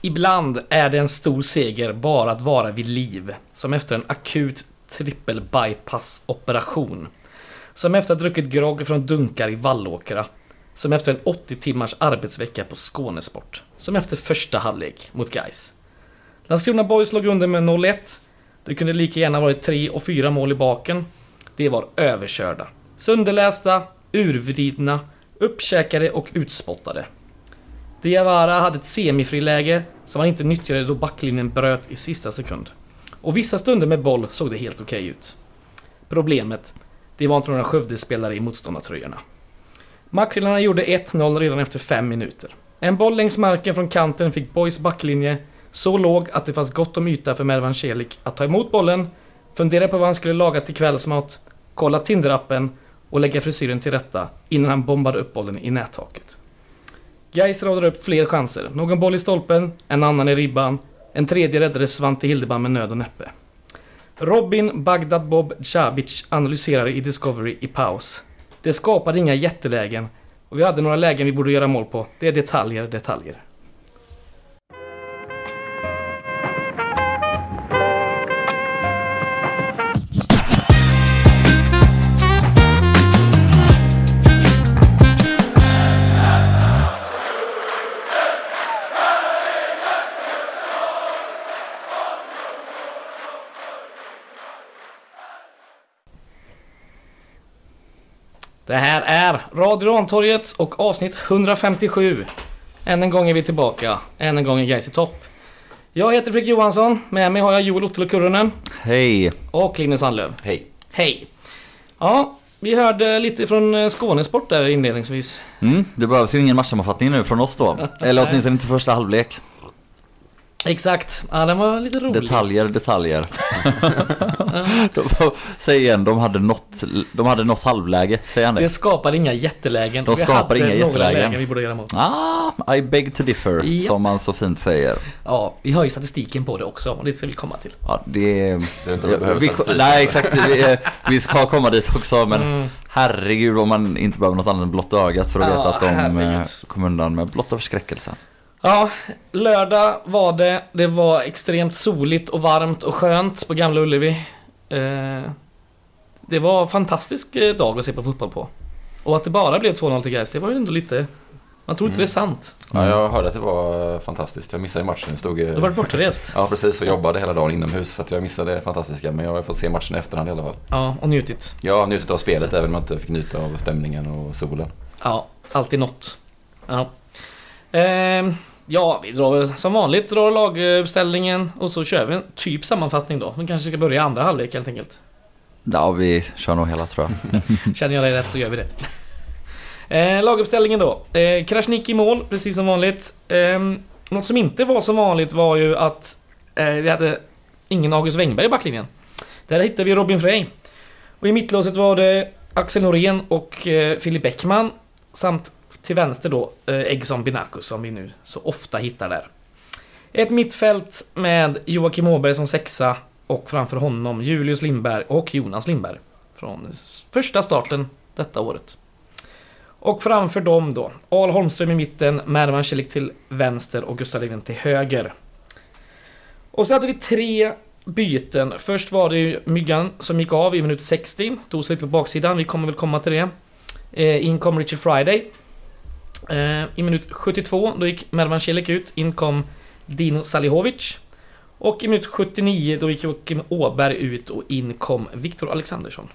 Ibland är det en stor seger bara att vara vid liv. Som efter en akut trippel bypass operation. Som efter att ha druckit grogg från dunkar i Vallåkra. Som efter en 80 timmars arbetsvecka på Skånesport. Som efter första halvlek mot Gais. Landskrona Boys låg under med 0-1. Det kunde lika gärna varit 3 och 4 mål i baken. Det var överkörda. Sönderlästa, urvridna, uppkäkade och utspottade. Diawara hade ett semifriläge som han inte nyttjade då backlinjen bröt i sista sekund. Och vissa stunder med boll såg det helt okej ut. Problemet, det var inte några Skövdespelare i motståndartröjorna. Makrillarna gjorde 1-0 redan efter 5 minuter. En boll längs marken från kanten fick Boys backlinje så låg att det fanns gott om yta för Mervan Celik att ta emot bollen, fundera på vad han skulle laga till kvällsmat, kolla Tinder-appen och lägga frisyren till rätta innan han bombade upp bollen i nättaket. Gais radade upp fler chanser. Någon boll i stolpen, en annan i ribban, en tredje räddade Svante Hildebrand med nöd och näppe. Robin Bagdad Bob Chabic analyserade i Discovery i paus. Det skapade inga jättelägen och vi hade några lägen vi borde göra mål på. Det är detaljer. Det här är Radio Rantorget och avsnitt 157. Än en gång är vi tillbaka. Än en gång är Gais i topp. Jag heter Fredrik Johansson. Med mig har jag Joel Ottolo Kurunen. Hej. Och Linus Sandlöv. Hej. Hej. Ja, vi hörde lite från Skånesport där inledningsvis. Det behövs ju ingen matchsammanfattning nu från oss då. Eller åtminstone inte första halvlek. Exakt, ja, den var lite rolig. Detaljer. Säg igen, de hade nått halvläge, säger han det. Det skapade inga jättelägen. De skapade inga jättelägen. Vi borde göra mot. I beg to differ, som man så fint säger. Ja, vi har ju statistiken på det också, och det ska vi komma till. Ja, nej, exakt. Vi ska komma dit också, men herregud om man inte behöver något annat än blått ögat för att veta att de kom undan med blotta förskräckelsen. Ja, lördag var det. Det var extremt soligt och varmt och skönt på Gamla Ullevi. Det var en fantastisk dag att se på fotboll på. Och att det bara blev 2-0 till Gais, det var ju ändå lite... Man tror inte det är sant. Ja, jag hörde att det var fantastiskt. Jag missade matchen. Du var bortrest. Ja, precis. Och jobbade hela dagen inomhus. Så att jag missade det fantastiska. Men jag har fått se matchen i efterhand i alla fall. Ja, och njutit. Ja, njutit av spelet även om jag inte fick njuta av stämningen och solen. Ja, alltid något. Ja. Ja, vi drar som vanligt laguppställningen och så kör vi en typ sammanfattning då. Vi kanske ska börja i andra halvlek helt enkelt. Ja, vi kör nog hela, tror jag. Känner jag dig rätt så gör vi det. Laguppställningen då. Krasniqi i mål, precis som vanligt. Något som inte var som vanligt var ju att vi hade ingen August Wengberg i backlinjen. Där hittade vi Robin Frey. Och i mittlåset var det Axel Norén och Filip Bäckman samt till vänster då Egson Binaku som vi nu så ofta hittar där. Ett mittfält med Joakim Åberg som sexa och framför honom Julius Lindberg och Jonas Lindberg från första starten detta året. Och framför dem då Al Holmström i mitten, Mervan Celik till vänster och Gustav Levin till höger. Och så hade vi 3 byten. Först var det ju Myggan som gick av i minut 60, tog sig lite på baksidan, vi kommer väl komma till det. In kom Richard Friday. I minut 72 då gick Mervan Celik ut, in kom Dino Salihovic. Och i minut 79 då gick Joakim Åberg ut och in kom Viktor Alexandersson.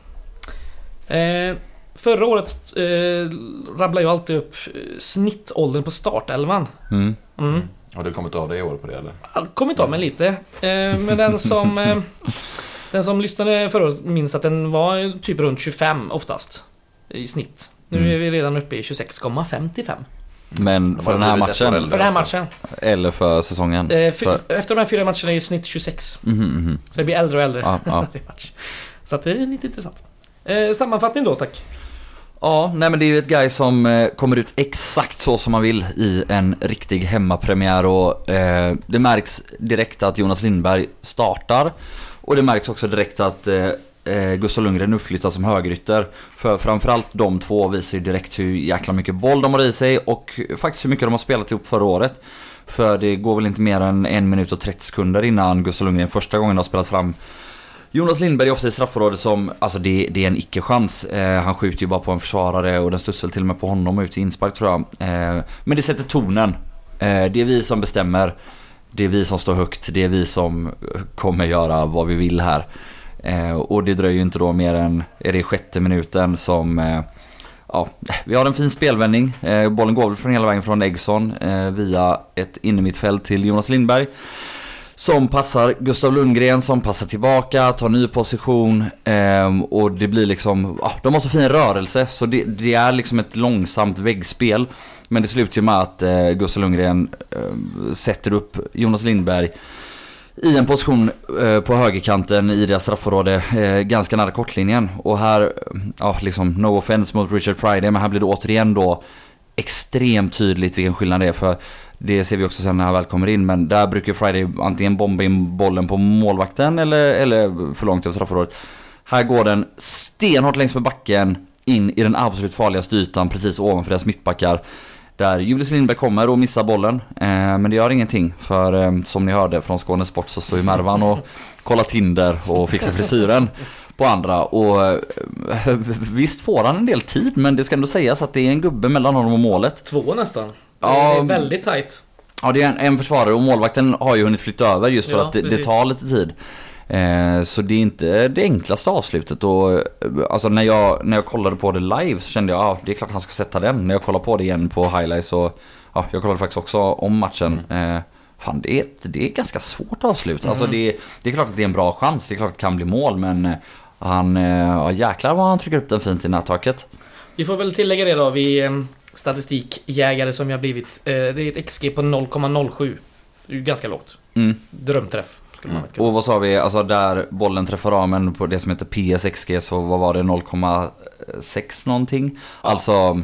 Förra året rabblade jag alltid upp snittåldern på startelvan. Har du kommit av det i år på det eller? Jag har kommit av mig lite. Men den som lyssnade förra året minns att den var typ runt 25 oftast i snitt. Nu är vi redan uppe i 26,55. Men för den här matchen? För den här matchen. Eller för säsongen? Efter de här 4 matcherna är i snitt 26. Så det blir äldre och äldre. Ja. Så att det är lite intressant. Sammanfattning då, tack. Ja, nej men det är ju ett guy som kommer ut exakt så som man vill i en riktig hemmapremiär. Och det märks direkt att Jonas Lindberg startar. Och det märks också direkt att Gustav Lundgren uppflyttas som högerytter. För framförallt de två visar ju direkt hur jäkla mycket boll de har i sig och faktiskt hur mycket de har spelat ihop förra året. För det går väl inte mer än 1 minut och 30 sekunder innan Gustav Lundgren första gången har spelat fram Jonas Lindberg offside i straffområdet som, alltså det är en icke-chans. Han skjuter ju bara på en försvarare och den studsar till och med på honom ut i inspark tror jag. Men det sätter tonen. Det är vi som bestämmer. Det är vi som står högt. Det är vi som kommer göra vad vi vill här. Och det dröjer ju inte då mer än, är det 6:e minuten som... Ja, vi har en fin spelvändning. Bollen går väl från hela vägen från Eggson via ett innermittfält till Jonas Lindberg. Som passar Gustav Lundgren, som passar tillbaka, tar ny position och det blir liksom, de har så fin rörelse så det är liksom ett långsamt väggspel. Men det slutar ju med att Gustav Lundgren sätter upp Jonas Lindberg i en position på högerkanten i deras straffområde ganska nära kortlinjen. Och här, liksom no offense mot Richard Friday, men här blir det återigen då extremt tydligt vilken skillnad det är. För det ser vi också sen när han väl kommer in. Men där brukar Friday antingen bomba in bollen på målvakten eller för långt över straffområdet. Här går den stenhårt längs med backen in i den absolut farligaste ytan precis ovanför deras mittbackar. Där Julius Lindberg kommer och missar bollen. Men det gör ingenting. För som ni hörde från Skåne Sport så står ju Mervan och kollar Tinder och fixar frisyren på andra. Och visst får han en del tid, men det ska ändå sägas att det är en gubbe mellan honom och målet. 2 nästan. Det är väldigt tajt. Ja, det är en försvarare och målvakten har ju hunnit flytta över just för att det tar lite tid. Så det är inte det enklaste avslutet. Och alltså när jag kollade på det live så kände jag det är klart han ska sätta den. När jag kollade på det igen på highlights så jag kollade faktiskt också om matchen. Fan, det är ganska svårt avslut. Alltså det är klart att det är en bra chans. Det är klart att det kan bli mål, men han jäklar vad han trycker upp den fint i nättaket. Vi får väl tillägga det då, vi statistikjägare som jag blivit. Det är ett XG på 0,07. Det är ju ganska lågt. Drömträff. Och vad sa vi, alltså där bollen träffar ramen på det som heter PSXG, så vad var det, 0,6 någonting? Alltså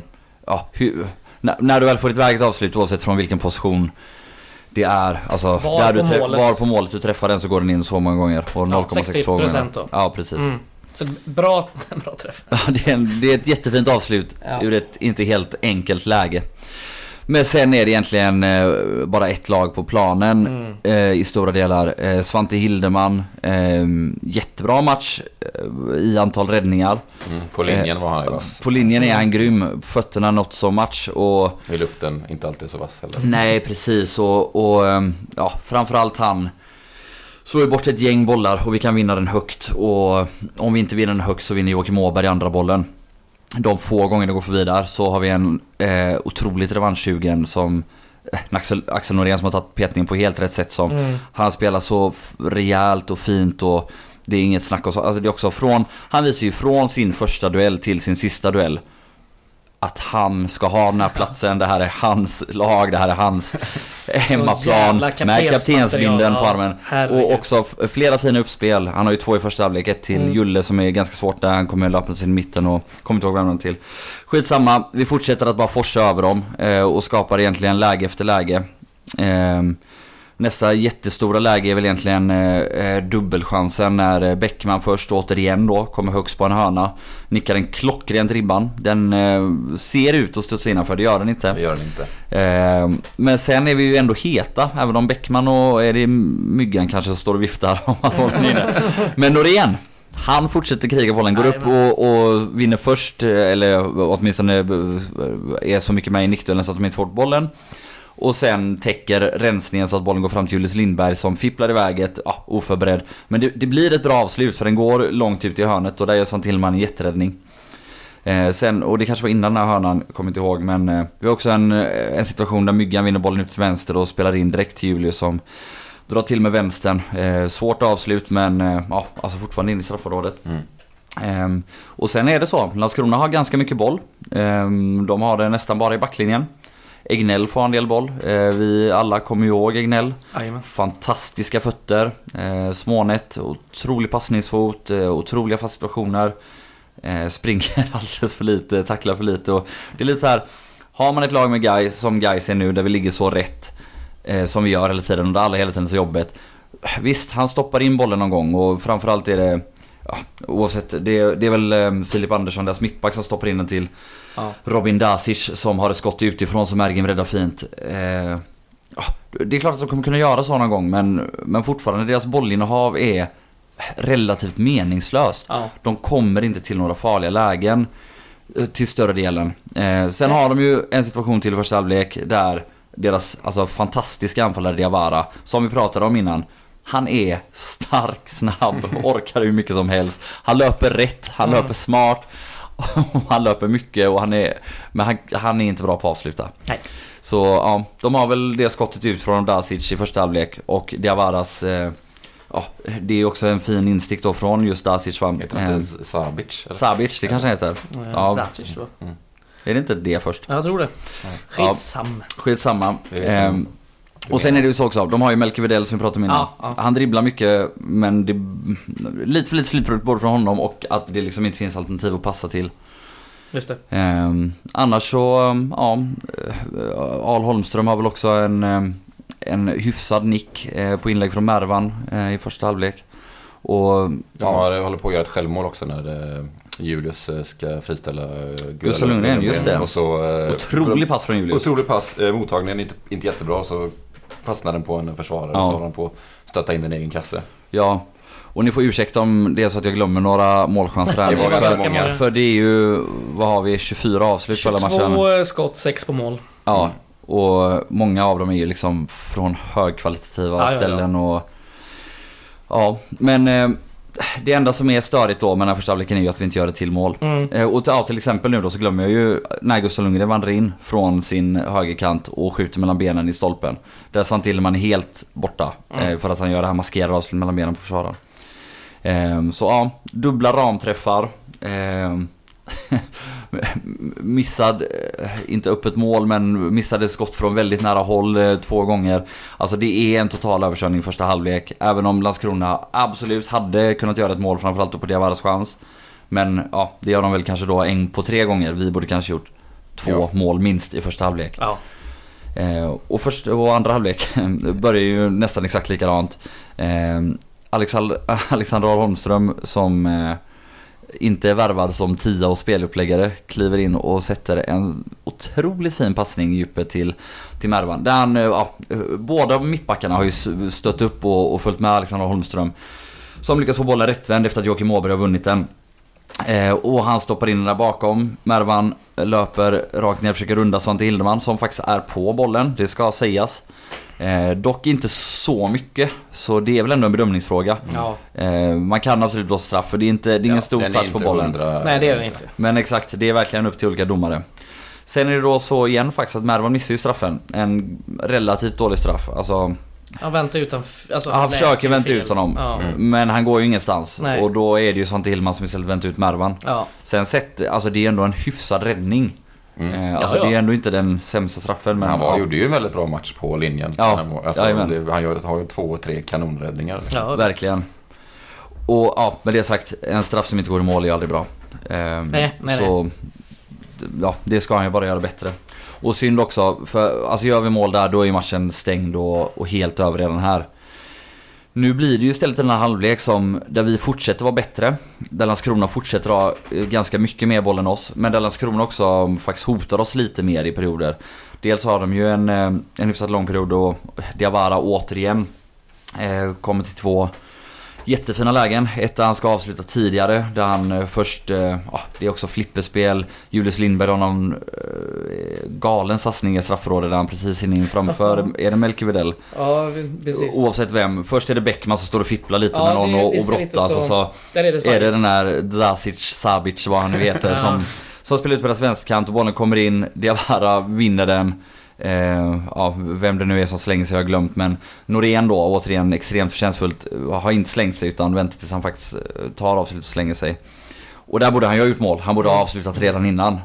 när du väl får ett väget avslut oavsett från vilken position det är, alltså var på målet du träffar den så går den in så många gånger och 0,6 gånger. Ja, precis. Så bra träff. Ja, det är ett jättefint avslut ur ett inte helt enkelt läge. Men sen är det egentligen bara ett lag på planen i stora delar. Svante Hildeman, jättebra match i antal räddningar. På linjen var han ju vass. På linjen är han grym, fötterna något så match. Och i luften inte alltid så vass heller. Nej, precis. Och framförallt han så är bort ett gäng bollar och vi kan vinna den högt. Och om vi inte vinner den högt så vinner Joakim Åberg andra bollen. De få gånger det går förbi där så har vi en otroligt revanschsugen som Axel Norén som har tagit petningen på helt rätt sätt som han spelar så rejält och fint och det är inget snack. Alltså det är också han visar ju från sin första duell till sin sista duell att han ska ha den här platsen. Det här är hans lag, det här är hans hemmaplan med kaptensbindeln på armen. Och också flera fina uppspel. Han har ju 2 i första halvlek, ett till Julle som är ganska svårt där han kommer löpa sin mitten och kommer inte ihåg vem han till. Skitsamma, vi fortsätter att bara forsa över dem och skapar egentligen läge efter läge. Nästa jättestora läge är väl egentligen dubbelchansen när Bäckman först återigen då kommer högst på en hörna, nickar en klockrent ribban. Den ser ut att studsa innanför, det gör den inte. Det gör den inte. Men sen är vi ju ändå heta, även om Bäckman och är det Myggan kanske som står och viftar om att hålla inne. Men Norén, han fortsätter kriga bollen, går upp och vinner först, eller åtminstone är så mycket med i nickduellen så att de inte får bollen. Och sen täcker rensningen så att bollen går fram till Julius Lindberg som fipplar iväg ett oförberedd. Men det blir ett bra avslut för den går långt ut i hörnet och där gör Svante Hillman en jätteräddning. Sen, och det kanske var innan den här hörnan, kommer inte ihåg. Men vi har också en situation där Myggan vinner bollen ut till vänster och spelar in direkt till Julius som drar till med vänstern. Svårt avslut men alltså fortfarande in i straffområdet. Och sen är det så, Landskrona har ganska mycket boll. De har det nästan bara i backlinjen. Egnell får en del boll. Vi alla kommer ihåg Egnell. Fantastiska fötter. Smånät, otrolig passningsfot, otroliga fast situationer. Springer alldeles för lite, tacklar för lite. Och det är lite så här, har man ett lag med guys som guys är nu där vi ligger så rätt som vi gör hela tiden och där alla hela tiden så jobbet. Visst, han stoppar in bollen någon gång och framförallt är det oavsett, det är väl Filip Andersson, deras mittback, som stoppar in den till Robin Dasic, som har ett skott utifrån som Ergin räddar fint. Det är klart att de kommer kunna göra så någon gång, men fortfarande deras bollinnehav är relativt meningslöst. De kommer inte till några farliga lägen till större delen. Sen har de ju en situation till i första halvlek där deras fantastiska anfallare Diawara, som vi pratade om innan, han är stark, snabb, orkar hur mycket som helst. Han löper rätt, han löper smart, han löper mycket, och men han är inte bra på att avsluta. Nej. Så ja, de har väl det skottet ut från Dasic i första halvlek, och Diawaras det är också en fin instick då från just Dasic. Sabic, eller? Sabic, det kanske heter. Zacic då. Är det inte det först? Jag tror det. Skitsamma. Och sen är det ju så också, de har ju Melke Videll som vi pratade om innan. Han dribblar mycket, men det lite för lite slipper både från honom, och att det liksom inte finns alternativ att passa till. Just det. Annars så Al Holmström har väl också en hyfsad nick på inlägg från Mervan i första halvlek. Och de håller på att göra ett självmål också när Julius ska friställa Gustav Lundgren, just det. Och så, otrolig pass från Julius. Otrolig pass, mottagningen inte jättebra, så fastnar den på en försvarare och så har de på att stötta in den egen kasse. Ja, och ni får ursäkta om det är så att jag glömmer några målchanser här. Det var ganska många. För det är ju, vad har vi, 24 avslut på alla matcherna. 22 skott, 6 på mål. Ja, och många av dem är ju liksom från högkvalitativa ställen. Och men det enda som är störigt då med den här första halvleken är ju att vi inte gör det till mål. Och till exempel nu då så glömmer jag ju när Gustav Lundgren vandrar in från sin högerkant och skjuter mellan benen i stolpen. Där Svante Hillman är helt borta för att han gör det här maskerade avslut mellan benen på försvararen. Så dubbla ramträffar. Missad, inte öppet mål, men missade skott från väldigt nära håll 2 gånger. Alltså det är en total överkörning i första halvlek. Även om Landskrona absolut hade kunnat göra ett mål, framförallt på Diawaras chans. Men det gör de väl kanske då 1 på 3 gånger. Vi borde kanske gjort 2 mål minst i första halvlek. Och andra halvlek börjar ju nästan exakt likadant. Alexander Holmström, som inte är värvad som 10 och speluppläggare, kliver in och sätter en otroligt fin passning i djupet till Mervan. Där han, båda mittbackarna har ju stött upp och följt med Alexander Holmström, som lyckas få bollen rättvänd efter att Joakim Åberg har vunnit den. Och han stoppar in den där bakom. Mervan löper rakt ner och försöker runda Svante Hildeman, som faktiskt är på bollen, det ska sägas. Dock inte så mycket, så det är väl ändå en bedömningsfråga. Man kan absolut blåsa straff, för det är ingen stor touch på bollen. Nej, det är det inte. Men exakt, det är verkligen upp till olika domare. Sen är det då så igen faktiskt att Mervan missar ju straffen. En relativt dålig straff. Han väntar utan, han försöker vänta ut honom, men han går ju ingenstans. Nej. Och då är det ju Svante Hillman som istället väntar ut Mervan. Sen det är ändå en hyfsad räddning. Det är ändå inte den sämsta straffen, men han gjorde ju en väldigt bra match på linjen. Han har ju 2-3 kanonräddningar. Verkligen. Och med det sagt, en straff som inte går i mål är aldrig bra. Så det ska han ju bara göra bättre. Och synd också, för gör vi mål där, då är matchen stängd och helt över redan här. Nu blir det ju istället den här halvlek där vi fortsätter vara bättre. Där Landskrona fortsätter ha ganska mycket mer boll än oss. Men där Landskrona också faktiskt hotar oss lite mer i perioder. Dels har de ju en hyfsat lång period då Diawara återigen kommer till 2 jättefina lägen. Ett där han ska avsluta tidigare, där han först, det är också flipperspel. Julius Lindberg har någon galen satsning i straffområdet där han precis hinner in framför. Är det Melke Videll? Ja, precis. Oavsett vem. Först är det Bäckman som står och fipplar lite med någon och brottas. Och så är det den där Sabic, vad han nu heter, som spelar ut på deras vänsterkant och bollen kommer in. Diawara vinner den. Vem det nu är som slänger sig har jag glömt, men Norén då återigen extremt förtjänstfullt har inte slängt sig utan väntar tills han faktiskt tar avslut och slänger sig, och där borde han ju ha gjort mål, han borde ha avslutat redan innan.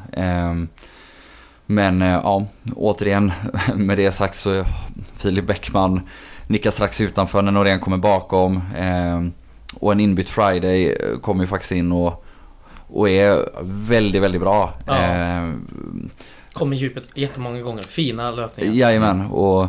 Men återigen med det sagt så Filip Bäckman nickar strax utanför när Norén kommer bakom, och en inbytt Friday kommer ju faktiskt in och är väldigt, väldigt bra. Kommer djupet jättemånga gånger. Fina löpningar. Jajamän, och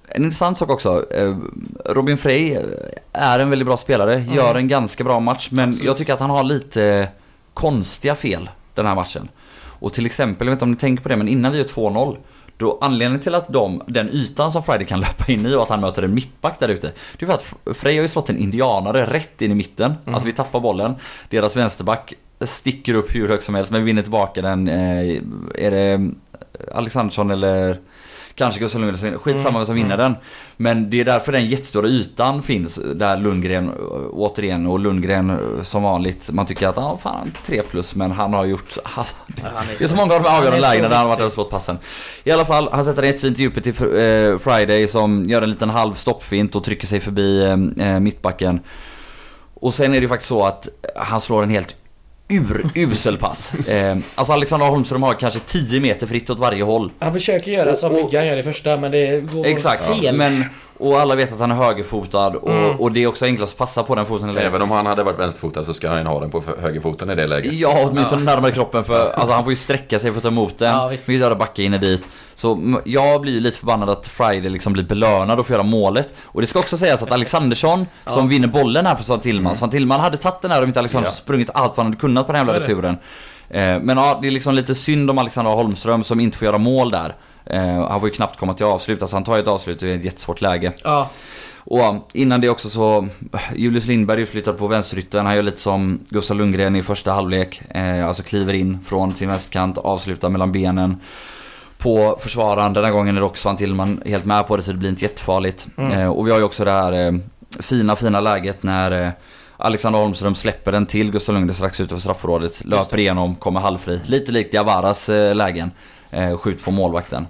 En intressant sak också. Robin Frey är en väldigt bra spelare. Gör en ganska bra match. Men jag tycker att han har lite konstiga fel den här matchen. Och till exempel, jag vet inte om ni tänker på det, men innan vi gör 2-0, då anledningen till att den ytan som Friday kan löpa in i och att han möter en mittback där ute, det är för att Frey har ju slått en indianare rätt in i mitten. Alltså vi tappar bollen. Deras vänsterback sticker upp hur högt som helst, men vinner tillbaka den. Är det Alexandersson eller kanske Gustav Lundgren, skitsamma vem som vinner den. Men det är därför den jättestora ytan finns där Lundgren återigen, och Lundgren som vanligt, man tycker att fan 3+, men han har gjort det är så många av de avgörande lägena där han har varit och slått passen. I alla fall, han sätter ett fint djupet till Friday som gör en liten halv stoppfint och trycker sig förbi mittbacken. Och sen är det ju faktiskt så att han slår en helt usel pass. Alltså Alexander Holmström har kanske 10 meter fritt åt varje håll. Han försöker göra som Myggan gör i första, men det går fel. Men, och alla vet att han är högerfotad och det är också enklast att passa på den foten. Även om han hade varit vänsterfotad så ska han ha den på högerfoten i det läget. Ja, åtminstone närmare kroppen, för alltså, han får ju sträcka sig för att ta emot den. Vi gör backa in dit. Så jag blir lite förbannad att Friday liksom blir belönad och får göra målet. Och det ska också sägas att Alexandersson som vinner bollen här för Svan Tillman. Svan Tillman hade tagit den här om inte Alexandersson sprungit allt vad han hade kunnat på den jävla returen. Men ja, det är liksom lite synd om Alexander Holmström som inte får göra mål där. Han får ju knappt komma till avslut. Alltså han tar ju ett avslut i ett jättesvårt läge. Och innan det också så Julius Lindberg flyttar på vänsterytten. Han gör lite som Gustav Lundgren i första halvlek. Alltså kliver in från sin vänsterkant, avslutar mellan benen på försvararen. Den här gången är också Svan Tillman helt med på det, så det blir inte jättefarligt. Och vi har ju också det här fina läget när Alexander Holmström släpper den till Gustav Lundgren strax utanför straffområdet, löper igenom, kommer halvfri. Lite likt Javaras lägen. Skjut på målvakten.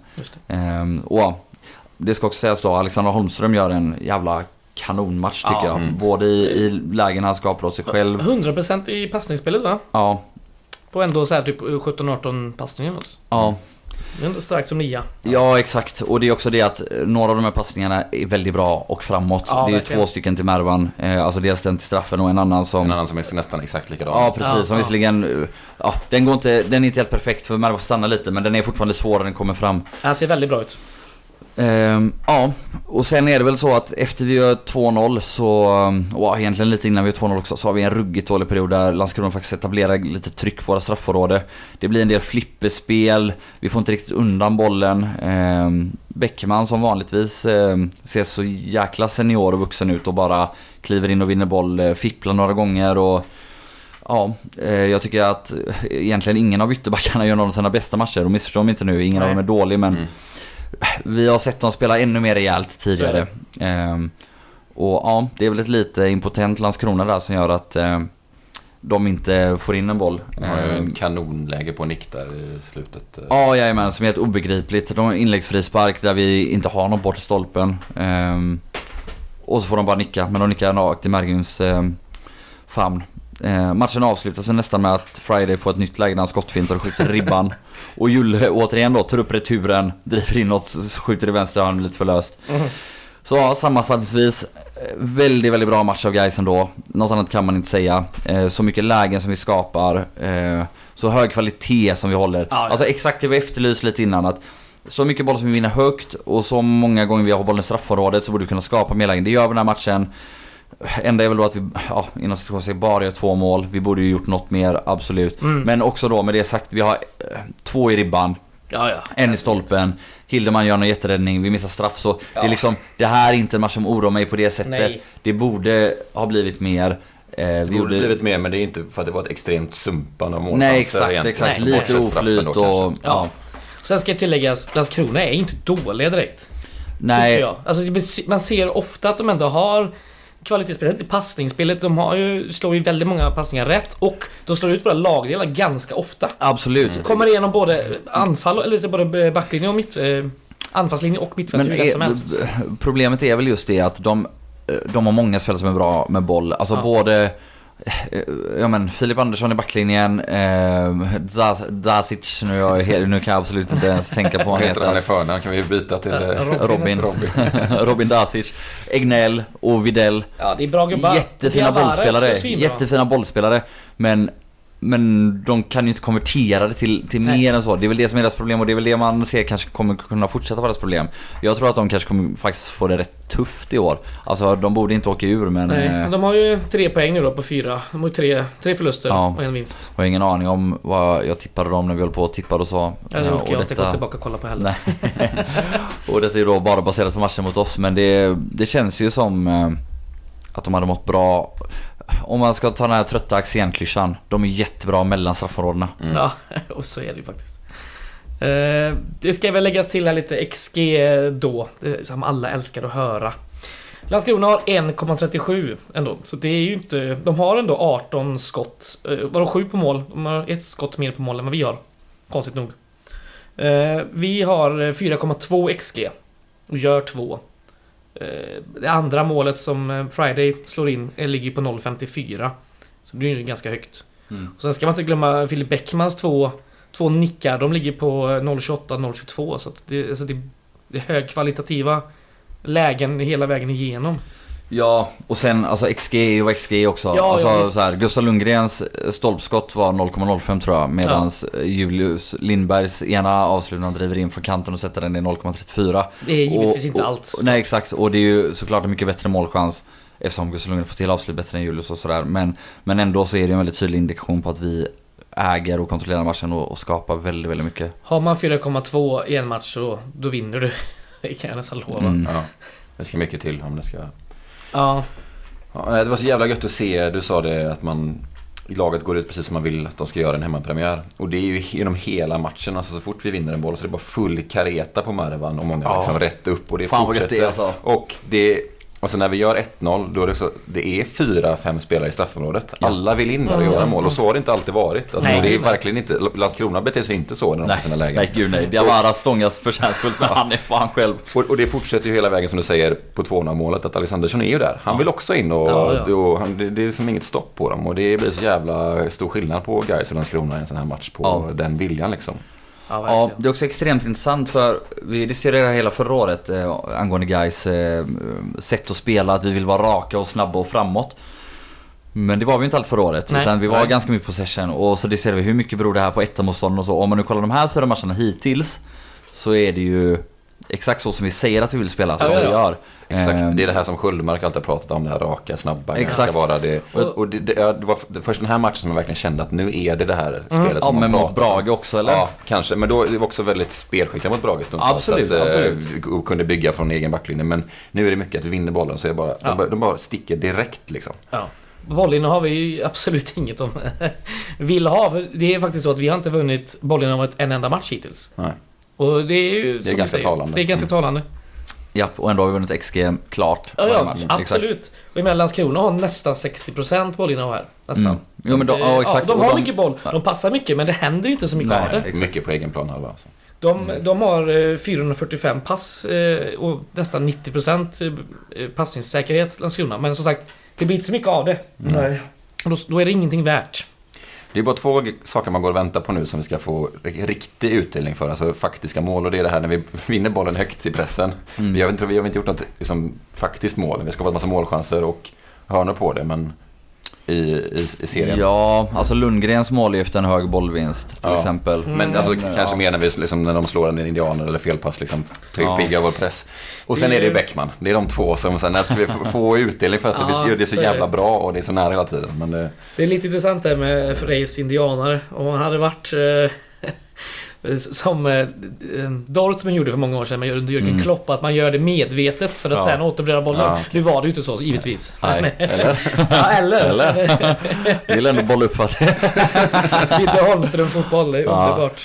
Och det ska också sägas då, Alexander Holmström gör en jävla kanonmatch tycker jag. Både i lägen han skapar åt sig själv. 100% i passningsspelet, va? Ja. På ändå så här typ 17-18 passningar. Ja. Det är ändå starkt som 9. Ja, exakt. Och det är också det att några av de här passningarna är väldigt bra och framåt. Det är verkligen 2 stycken till Mervan. Alltså dels den till straffen och en annan som är nästan exakt likadan. Ja, precis. Som visserligen den är inte helt perfekt för Mervan stannar lite, men den är fortfarande svår när den kommer fram. Han ser väldigt bra ut. Ja, och sen är det väl så att efter vi gör 2-0 så, egentligen lite innan vi gör 2-0 också, så har vi en ruggigt dålig period där Landskrona faktiskt etablerar lite tryck på våra straffområde. Det blir en del flipperspel, vi får inte riktigt undan bollen. Bäckman som vanligtvis ser så jäkla senior och vuxen ut och bara kliver in och vinner boll, fipplar några gånger och jag tycker att egentligen ingen av ytterbackarna gör någon av sina bästa matcher, och missförstår mig inte nu, ingen av dem är dålig, men vi har sett dem spela ännu mer rejält tidigare. Och det är väl ett lite impotent Landskrona där som gör att de inte får in en boll. En kanonläge på nick där i slutet. Jajamän, som är helt obegripligt. De har inläggsfri spark där vi inte har någon bort i stolpen. Och så får de bara nicka, men de nickar rakt i Merguns famn. Matchen avslutas nästan med att Friday får ett nytt läge när han skottfintar och skjuter ribban. Och Julle återigen då tar upp returen, driver inåt, skjuter i vänster, han blir lite förlöst. Så sammanfattningsvis väldigt, väldigt bra match av Gais ändå. Något annat kan man inte säga. Så mycket lägen som vi skapar, så hög kvalitet som vi håller. Alltså exakt det vi efterlyser lite innan, att så mycket boll som vi vinner högt och så många gånger vi har bollen i straffområdet så borde vi kunna skapa mer lägen. Det gör vi den här matchen. Enda är väl då att vi inom situationen bara gör 2 mål. Vi borde ju gjort något mer, absolut. Men också då med det sagt, vi har 2 i ribban, en i stolpen. Hildeman gör någon jätteräddning, vi missar straff. Så det är liksom, det här är inte en match som oroar mig på det sättet. Nej. Det borde ha blivit mer. Det borde blivit mer, men det är inte för att det var ett extremt sumpande av mål. Nej, exakt. Lite oflyt och Sen ska jag tillägga att Landskrona är inte dåliga direkt. Nej. Alltså, man ser ofta att de ändå har kvalitetsspelet i passningsspelet. De slår ju väldigt många passningar rätt, och de slår ut våra lagdelar ganska ofta. Absolut. Kommer igenom både anfall, eller så både backlinje och anfallslinje och mittfält som helst. Problemet är väl just det att de har många spelare som är bra med boll. Alltså både Filip Andersson i backlinjen, Dasic, nu kan jag absolut inte ens tänka på vad han heter. Han är förnamn, kan vi byta till Robin Dasic, Egnell och Videll. Ja, det är bra gubbar. Jättefina bollspelare, men Men de kan ju inte konvertera det till mer än så. Det är väl det som är deras problem, och det är väl det man ser kanske kommer kunna fortsätta vara deras problem. Jag tror att de kanske kommer faktiskt få det rätt tufft i år. Alltså de borde inte åka ur, men... Nej, de har ju 3 poäng nu då på 4. De har ju 3 förluster och en vinst. Jag har ingen aning om vad jag tippade dem när vi höll på och tippade och så. Ja, det orkar jag inte gå tillbaka och kolla på heller. Nej. Och det är då bara baserat på matchen mot oss, men det känns ju som att de hade mått bra. Om man ska ta den här trötta Axén-klyschan, de är jättebra mellan straffområdena. Ja, och så är det ju faktiskt. Det ska väl läggas till här lite XG då, som alla älskar att höra. Landskrona har 1,37 ändå, så det är ju inte... De har ändå 18 skott, bara 7 på mål. De har 1 skott mer på mål än vad vi har, konstigt nog. Vi har 4,2 XG och gör 2. Det andra målet som Friday slår in ligger på 0,54. Så det blir ju ganska högt. Och sen ska man inte glömma Filip Bäckmans två nickar. De ligger på 0,28, 0,22. Så att det är högkvalitativa lägen hela vägen igenom. Ja, och sen alltså XG och XG också. Ja, alltså så här, Gustav Lundgrens stolpskott var 0,05 tror jag, medans Julius Lindbergs ena avslutande driver in från kanten och sätter den i 0,34. Det är givetvis inte allt. Nej, exakt. Och det är ju såklart en mycket bättre målchans eftersom Gustav Lundgren får till avslut bättre än Julius och sådär. Men ändå så är det en väldigt tydlig indikation på att vi äger och kontrollerar matchen och skapar väldigt, väldigt mycket. Har man 4,2 i en match då vinner du. Det kan jag nästan lova. Ja, det ska mycket till om det ska... Ja, det var så jävla gött att se. Du sa det att i laget går ut precis som man vill att de ska göra en hemmapremiär. Och det är ju genom hela matchen. Alltså så fort vi vinner en boll så det är bara full kareta på Marvan och många liksom rätt upp. Och det fan fortsätter. Det är, alltså. Och så när vi gör 1-0 då är det är 4-5 spelare i straffområdet. Alla vill in där och göra mål. Och så har det inte alltid varit. Alltså, det är verkligen inte... Landskrona beter sig inte så när de får sina lägen. Nej, gud nej. Diawara stångas förtjänstfullt, men han är fan själv. Och det fortsätter ju hela vägen som du säger på 2-0-målet att Alexandersson är ju där. Han vill också in och det är liksom inget stopp på dem. Och det blir så jävla stor skillnad på Gais och Landskrona i en sån här match på den viljan liksom. Ja, det är också extremt intressant för vi diskuterade hela förra året angående Gais sätt att spela, att vi vill vara raka och snabba och framåt. Men det var vi inte allt förra året, utan vi var ganska mycket possession. Och så ser vi hur mycket beror det här på ettamotstånd och så. Om man nu kollar de här 4 matcherna hittills så är det ju exakt så som vi säger att vi vill spela, så vi gör. Exakt, det är det här som Sköldmark alltid har pratat om, det här raka, snabba. Exakt. Ska vara det. Och det var först den här matchen som jag verkligen kände att nu är det spelet som men mot Brage också, eller? Ja, kanske, men då var också väldigt spelskickliga mot Brage stund. Absolut, så att, absolut. Kunde bygga från egen backlinje, men nu är det mycket att vi vinner bollen så är det bara, de bara sticker direkt liksom. Ja. Bollinne har vi ju absolut inget de vill ha. För det är faktiskt så att vi har inte vunnit bollen av en enda match hittills. Nej. Och det är ju det är ganska talande. Det är ganska talande. Ja, och ändå har vi vunnit XG klart. Ja, absolut. Exakt. Och emellan Landskrona har nästan 60% bollinnehav här. Nästan. Jo, men exakt. De har mycket boll. De passar mycket, men det händer inte så mycket av det. Exakt. Mycket på egen plan halva. Alltså. De har 445 pass och nästan 90% passningssäkerhet Landskrona. Men som sagt, det blir inte så mycket av det. Nej. Och då är det ingenting värt. Det är bara 2 saker man går och väntar på nu som vi ska få riktig utdelning för, alltså faktiska mål, och det är det här när vi vinner bollen högt i pressen. Vi har inte gjort något liksom, faktiskt mål. Vi har skapat en massa målchanser och hörnor på det, men i serien. Ja, alltså Lundgrens mål är efter en hög bollvinst till exempel. Men alltså, kanske mer när, liksom, när de slår en indianer eller felpass liksom, pigga vår press. Och sen är det Bäckman. Det är de 2 som sen när ska vi få utdelning för att det är så jävla bra och det är så nära hela tiden. Men det är lite intressant det med Freys indianer. Om man hade varit som Dortmund gjorde för många år sedan, man gör under Jürgen Klopp, att man gör det medvetet för att sen återbreda bollen. Ja. Nu var det ju inte så, givetvis. Nej. Eller? Jag vill ändå bolla upp för att Fitte Holmström fotboll, det är underbart.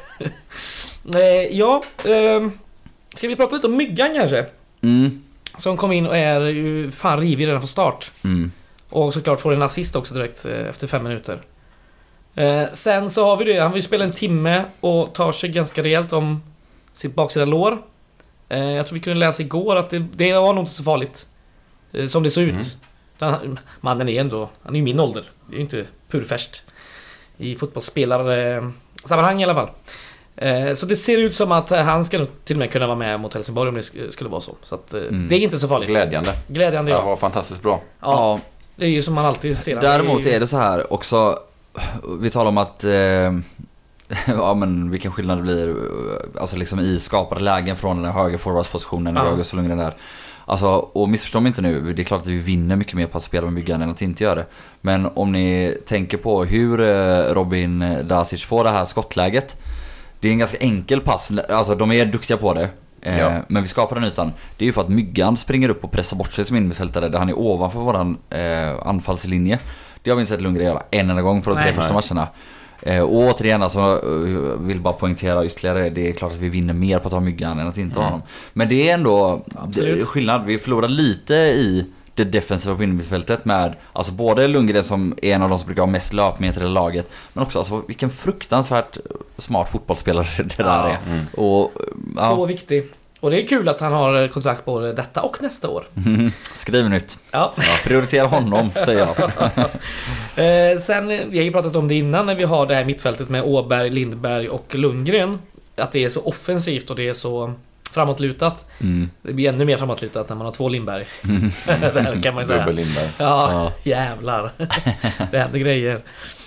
Ska vi prata lite om Myggan kanske? Som kom in och är ju fan rivig redan från start. Och såklart får en assist också direkt efter 5 minuter. Sen så har vi det. Han vill spela en timme och tar sig ganska rejält om sitt baksida lår. Jag tror vi kunde läsa igår att det var nog inte så farligt som det såg ut. Mannen är ändå, han är ju min ålder. Det är ju inte purfärskt i fotbollsspelare-sammanhang i alla fall. Så det ser ut som att han ska nog till och med kunna vara med mot Helsingborg om det skulle vara så. Så att, det är inte så farligt. Glädjande, ja. Det var fantastiskt bra. Ja, det är ju som man alltid ser. Däremot är det så här också. vi talar om att ja, men vilken skillnad det blir alltså liksom i skapade lägen från den här höger forwardspositionen i August Lundgren där. Alltså, och missförstå mig inte nu, det är klart att vi vinner mycket mer på att spela med Myggan än att inte göra det. Men om ni tänker på hur Robin Dasic får det här skottläget, det är en ganska enkel pass, alltså de är duktiga på det. Men vi skapar den ytan. Det är ju för att Myggan springer upp och pressar bort sig som innermittfältare där han är ovanför våran anfallslinje. Det har vi inte sett Lundgren göra en enda gång på de 3 första matcherna. Och återigen, alltså, vill bara poängtera ytterligare, det är klart att vi vinner mer på att ha Myggan än att inte ha honom. Men det är ändå skillnad. Vi förlorar lite i det defensiva på innermittfältet med alltså både Lundgren som är en av de som brukar ha mest löpmeter i laget, men också alltså, vilken fruktansvärt smart fotbollsspelare det där är. Och, så viktig. Och det är kul att han har kontrakt på detta och nästa år. Skriv nytt. Prioritera honom, säger jag. Sen, vi har ju pratat om det innan när vi har det här mittfältet med Åberg, Lindberg och Lundgren. Att det är så offensivt och det är så framåtlutat. Det blir ännu mer framåtlutat när man har 2 Lindberg. Det kan man ju säga. Dubbel Lindberg. Ja, jävlar. Det händer grejer.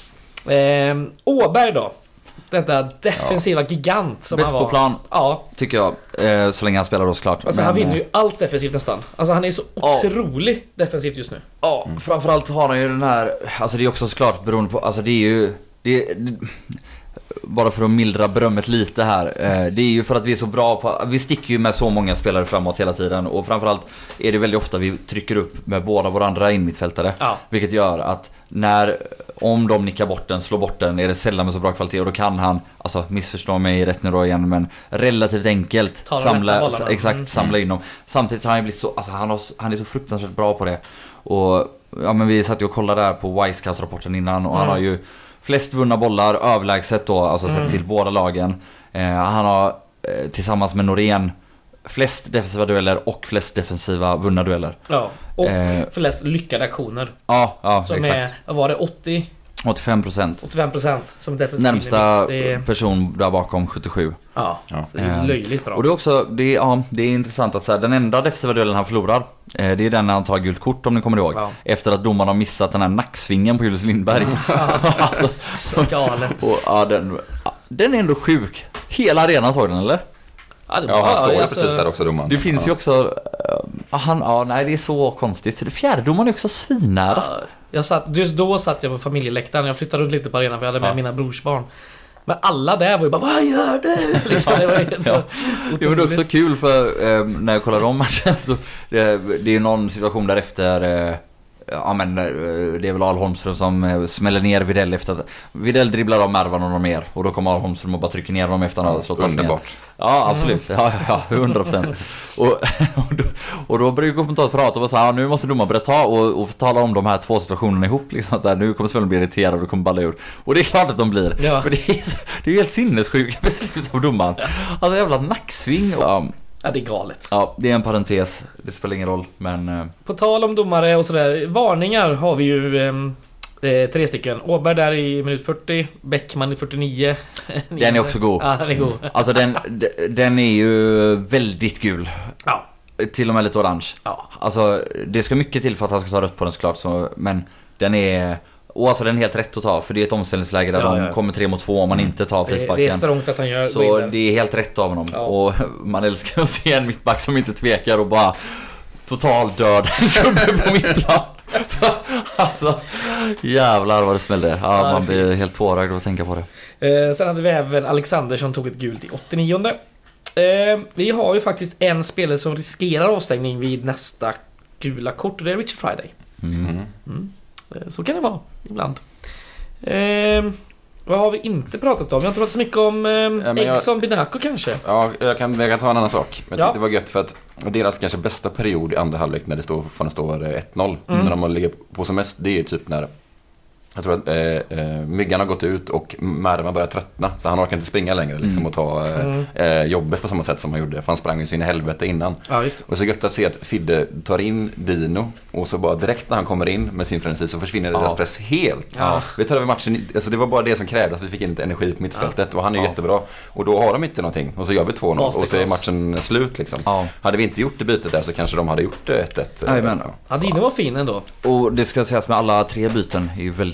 Åberg då. Detta defensiva gigant som bäst han var. På plan, tycker jag, så länge han spelar då såklart. Alltså han vinner ju allt defensivt nästan. Alltså han är så otroligt defensivt just nu. Ja, framförallt har han ju den här, alltså det är också såklart beroende på, alltså det är ju bara för att mildra berömmet lite här, det är ju för att vi är så bra på, vi sticker ju med så många spelare framåt hela tiden, och framförallt är det väldigt ofta vi trycker upp med båda våra andra inmittfältare, vilket gör att om de nickar bort den, slår bort den, är det sällan med så bra kvalitet, och då kan han, alltså missförstå mig rätt nu då igen, men relativt enkelt samla in dem. Samtidigt har han blivit så, alltså han är så fruktansvärt bra på det. Och ja, men vi satt ju och kollade där på Wisecout-rapporten innan, och han har ju flest vunna bollar överlägset då, alltså sett till båda lagen. Han har tillsammans med Norén flest defensiva dueller och flest defensiva vunna dueller. Ja, och flest lyckade aktioner. Ja, som exakt. Var det 80? 85% som defensiv. Närmsta person där bakom 77. Ja. Det är löjligt bra. Och det är också det är intressant att så här, den enda defensiva duellen han förlorar, det är den när han tar gult kort, om ni kommer ihåg. Efter att domaren har missat den här nacksvingen på Julius Lindberg. Alltså, så galet. Och den är ändå sjuk. Hela arenan såg den, eller? Han står ju precis där också, domaren. Det finns ju också nej, det är så konstigt. Det fjärde domaren är också svinnära. Just då satt jag på familjeläktaren. Jag flyttade runt lite på arenan för jag hade med mina brorsbarn. Men alla där var ju bara, vad gör du? Liksom, det var också kul för när jag kollade om matchen så det är någon situation därefter. Det är väl Al Holmström som smäller ner Videll efter att Videll dribblar av Mervan och någon mer, och då kommer Al Holmström och bara trycker ner dem efter att han har slått underbart. Ja, absolut. Ja, 100%. och då brukar kommentatorn prata om att nu måste domaren börja ta och tala om de här 2 situationerna ihop liksom, så här, nu kommer Sven bli irriterad och det kommer balla ur. Och det är klart att de blir. För det är ju helt sinnessjuka beslut av domaren. Alltså jävla nacksving och ja, det är galet. Ja, det är en parentes. Det spelar ingen roll, men på tal om domare och sådär, varningar har vi ju 3 stycken. Åberg där i minut 40, Bäckman i 49. Den är också god. Ja, den är god. Alltså den är ju väldigt gul. Ja. Till och med lite orange. Ja. Alltså det ska mycket till för att han ska ta rött på den såklart, men den är... Och alltså den är helt rätt att ta, för det är ett omställningsläge där de kommer 3-2 om man inte tar frisparken. Det är strångt att han gör. Så det är helt rätt av honom. Och man älskar att se en mittback som inte tvekar och bara total död på mittplan. Alltså jävlar vad det smällde. Man blir helt tårögd att tänka på det. Sen hade vi även Alexander som tog ett gult i 89. Vi har ju faktiskt en spelare som riskerar avstängning vid nästa gula kort, och det är Richard Friday. Så kan det vara ibland. Vad har vi inte pratat om? Vi har inte pratat så mycket om Egson Binaco kanske. Ja, jag kan ta en annan sak. Men det var gött för att deras kanske bästa period i andra halvlek när det står 1-0 när de ligger på som mest, det är typ när jag tror att Myggan har gått ut och Mervan börjar tröttna, så han orkar inte springa längre liksom, och ta jobbet på samma sätt som han gjorde, för han sprang ju sin helvete innan. Och så gött att se att Fidde tar in Dino, och så bara direkt när han kommer in med sin frenesi så försvinner deras press helt. Vi tar över matchen, alltså det var bara det som krävdes, vi fick in lite energi på mittfältet, och han är jättebra, och då har de inte någonting, och så gör vi 2-0 och så är matchen slut liksom. Hade vi inte gjort det bytet där så kanske de hade gjort det 1-1. Dino var fin ändå. Och det ska sägas med alla 3 byten är ju väldigt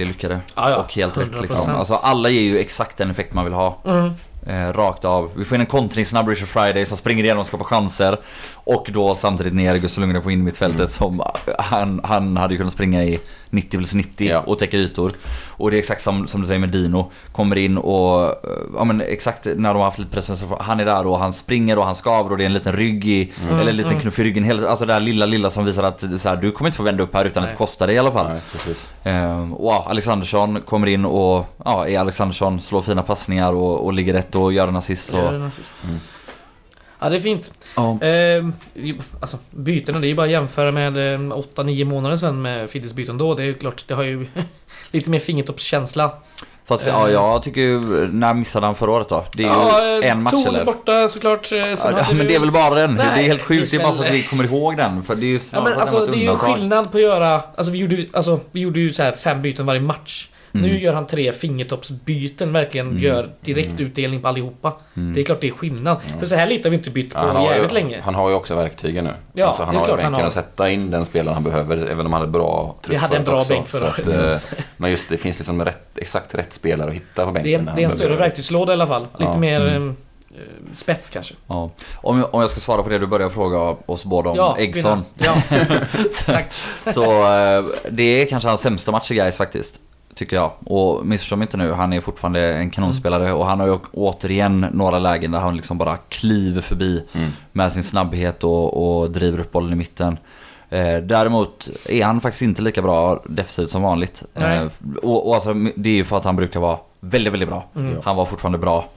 lyckade. Ja, och helt rätt 100%. liksom. Alltså alla ger ju exakt den effekt man vill ha. Rakt av. Vi får in en kontring snabb Richard Friday som springer igenom och skapar chanser. Och då samtidigt ner Gustav Lundgren på in mittfältet som han hade ju kunnat springa i 90+90 och täcka ytor. Och det är exakt som du säger med Dino. Kommer in och exakt när de har haft lite press, han är där och han springer och han skaver och det är en liten rygg i, eller en liten knuff i ryggen. Alltså det där lilla som visar att så här, du kommer inte få vända upp här utan att det kostar dig i alla fall. Nej, precis. Alexandersson kommer in och är Alexandersson, slår fina passningar och ligger rätt och gör en assist. Ja, det är fint. Alltså, bytena, det är ju bara att jämföra med 8-9 månader sedan med Fides byten då. Det är klart, det har ju lite mer fingertoppskänsla. Fast jag tycker ju, när missade han förra året då? Det är ju en match eller? Borta såklart. Men det är väl bara den. Nej, det är helt sjukt, det är bara för att vi kommer ihåg den. För det är ju det är ju skillnad på att göra. Alltså vi gjorde ju så här 5 byten varje match. Nu gör han 3 fingertoppsbyten, verkligen gör direkt utdelning på allihopa. Det är klart det är skillnad. För så här lite har vi inte bytt på jävligt länge. Han har ju också verktygen nu. Ja, alltså, han har ju bänken att sätta in den spelaren han behöver, även om han hade bra trupp. Vi hade en bra bänk för året. Men just det finns liksom exakt rätt spelare att hitta på bänken. Det är en större verktygslåda i alla fall. Lite mer spets kanske. Ja. Om jag ska svara på det du började fråga oss båda om Eggson. Tack. Så det är kanske hans sämsta match i Gais faktiskt, tycker jag. Och missförstå mig inte nu, han är fortfarande en kanonspelare och han har ju återigen några lägen där han liksom bara kliver förbi med sin snabbhet och driver upp bollen i mitten. Däremot är han faktiskt inte lika bra defensivt som vanligt. Och alltså, det är ju för att han brukar vara väldigt, väldigt bra. Han var fortfarande bra.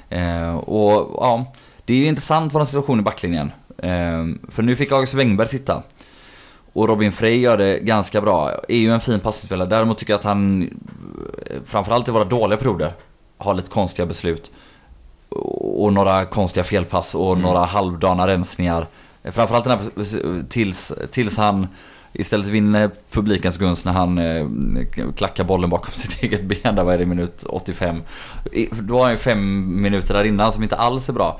Det är ju intressant för en situation i backlinjen. För nu fick August Wengberg sitta. Och Robin Frey gör det ganska bra. Är ju en fin passningsspelare. Däremot tycker jag att han, framförallt i våra dåliga perioder, har lite konstiga beslut. Och några konstiga felpass och några halvdana rensningar. Framförallt den här tills han istället vinner publikens gunst när han klackar bollen bakom sitt eget ben. Där var det i minut 85. Då har han 5 minuter där innan som inte alls är bra.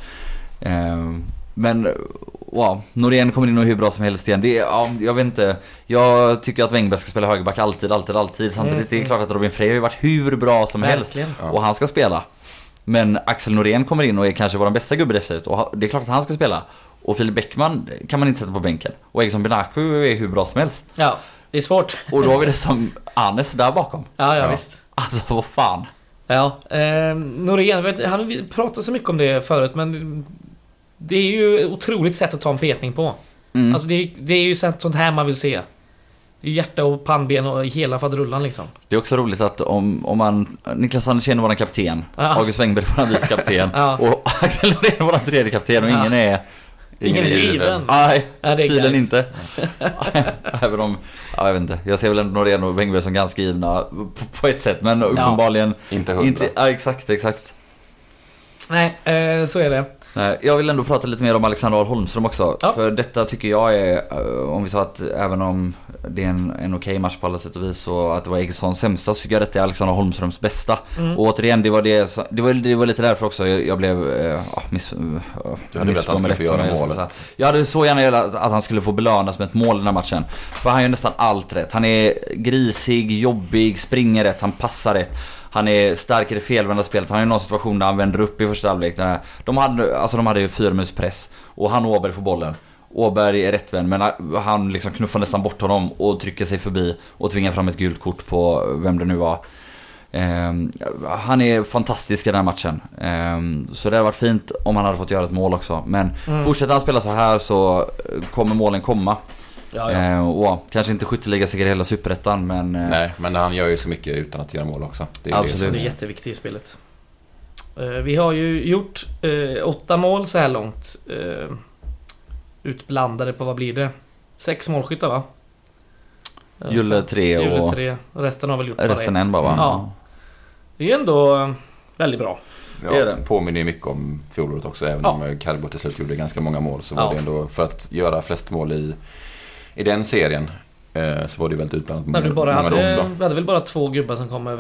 Men Norén kommer in och hur bra som helst igen. Jag vet inte. Jag tycker att Wengberg ska spela högerback alltid. Samtidigt det är klart att Robin Frey har ju varit hur bra som helst. Och han ska spela. Men Axel Norén kommer in och är kanske vår bästa gubbe definitivt. Och det är klart att han ska spela. Och Filip Bäckman kan man inte sätta på bänken. Och Eggson Benaku är hur bra som helst. Ja, det är svårt. Och då har vi det som Anes där bakom. Ja, visst. Alltså, vad fan. Ja, Norén, han pratade så mycket om det förut, men det är ju ett otroligt sätt att ta en petning på. Alltså det är ju sånt här man vill se. Det är hjärta och pannben och hela fadrullan liksom. Det är också roligt att om man Niklas Andersson är vår kapten, August Wengberg är vår vice kapten och Axel Norén är vår tredje kapten och ingen är given. Nej, tydligen inte. Även om, jag vet inte. Jag ser väl ändå Norén och Wengberg som ganska givna på ett sätt, men uppenbarligen inte 100. Exakt. Nej, så är det. Jag vill ändå prata lite mer om Alexander Holmström också. För detta tycker jag är, om vi sa att även om det är en okej match på alla sätt och vis, och att det var Eggssons sämsta, så tycker jag att det är Alexander Holmströms bästa. Och återigen, det var lite därför också jag blev du hade velat att han skulle få göra målet. Jag hade så gärna velat att han skulle få belönas med ett mål i den här matchen. För han gör nästan allt rätt. Han är grisig, jobbig, springer rätt, han passar rätt. Han är stark i det felvända spelet. Han är i någon situation där han vänder upp i första halvlek. De hade ju 4 minuters press och han och Åberg får bollen. Åberg är rättvänd, men han liksom knuffar nästan bort honom och trycker sig förbi och tvingar fram ett gult kort på vem det nu var. Han är fantastisk i den här matchen. Så det hade varit fint om han hade fått göra ett mål också. Men fortsätter han spela så här så kommer målen komma. Kanske inte skytteliga hela superettan, men nej, men han gör ju så mycket utan att göra mål också. Det är absolut, det är jätteviktigt i spelet. Vi har ju gjort 8 mål så här långt. Utblandade på, vad blir det? 6 målskyttar, va? Julle 3 och 3. Resten har väl gjort resten en bara, va? Ja. Det är ändå väldigt bra. Det påminner ju mycket om fjolåret också. Även om Carbo till slut gjorde ganska många mål, så var det ändå, för att göra flest mål i den serien, så var det väldigt utblandat. Men vi hade väl bara 2 gubbar som kom över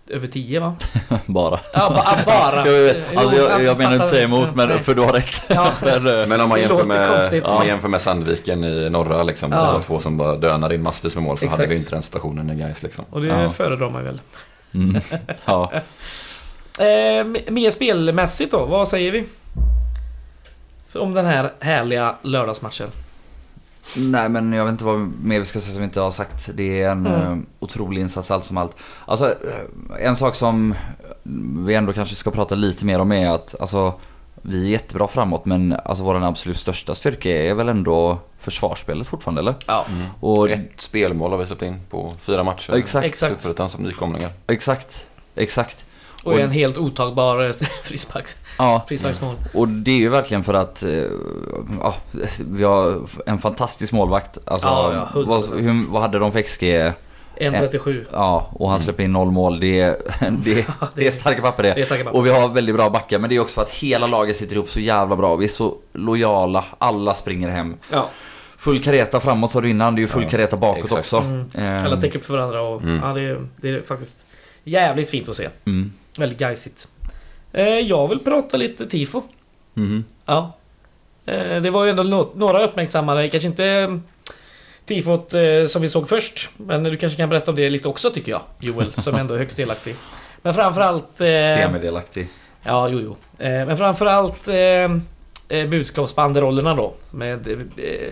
över 10 va? Bara. Ja, bara. Jag menar inte säga emot, men för du har rätt. Ja. Men om man Det jämför med Sandviken i norra liksom, där det var 2 som bara dönade in massvis med mål, så Exakt. hade vi inte den situationen i Gais liksom. Och det föredrar man väl. Ja. Mer spelmässigt då, vad säger vi? Om den här härliga lördagsmatchen. Nej, men jag vet inte vad mer vi ska säga som vi inte har sagt. Det är en otrolig insats allt som allt. Alltså, en sak som vi ändå kanske ska prata lite mer om är att alltså, vi är jättebra framåt, men alltså vår absolut största styrka är väl ändå försvarsspelet fortfarande, eller? Ja. Och 1 spelmål har vi släppt in på 4 matcher. Exakt. Superettan som nykomlingar. Exakt. Och en helt otagbar frisparksmål. Och det är ju verkligen för att vi har en fantastisk målvakt. Alltså, vad hade de för XG? 1,37. Ja, och han släpper in 0 mål. Det är starka papper det. Det är starka papper. Och vi har väldigt bra backar, men det är också för att hela laget sitter ihop så jävla bra. Vi är så lojala, alla springer hem. Ja. Full kareta framåt sa du innan, det är ju full kareta bakåt också. Alla täcker upp för varandra och det är faktiskt jävligt fint att se. Väldigt geisigt. Jag vill prata lite tifo. Ja. Det var ju ändå några uppmärksammade, kanske inte tifot som vi såg först, men du kanske kan berätta om det lite också, tycker jag, Joel, som ändå är högst delaktig. Men framförallt semidelaktig. Ja, jo. Men framförallt budskapsbanderollerna då, med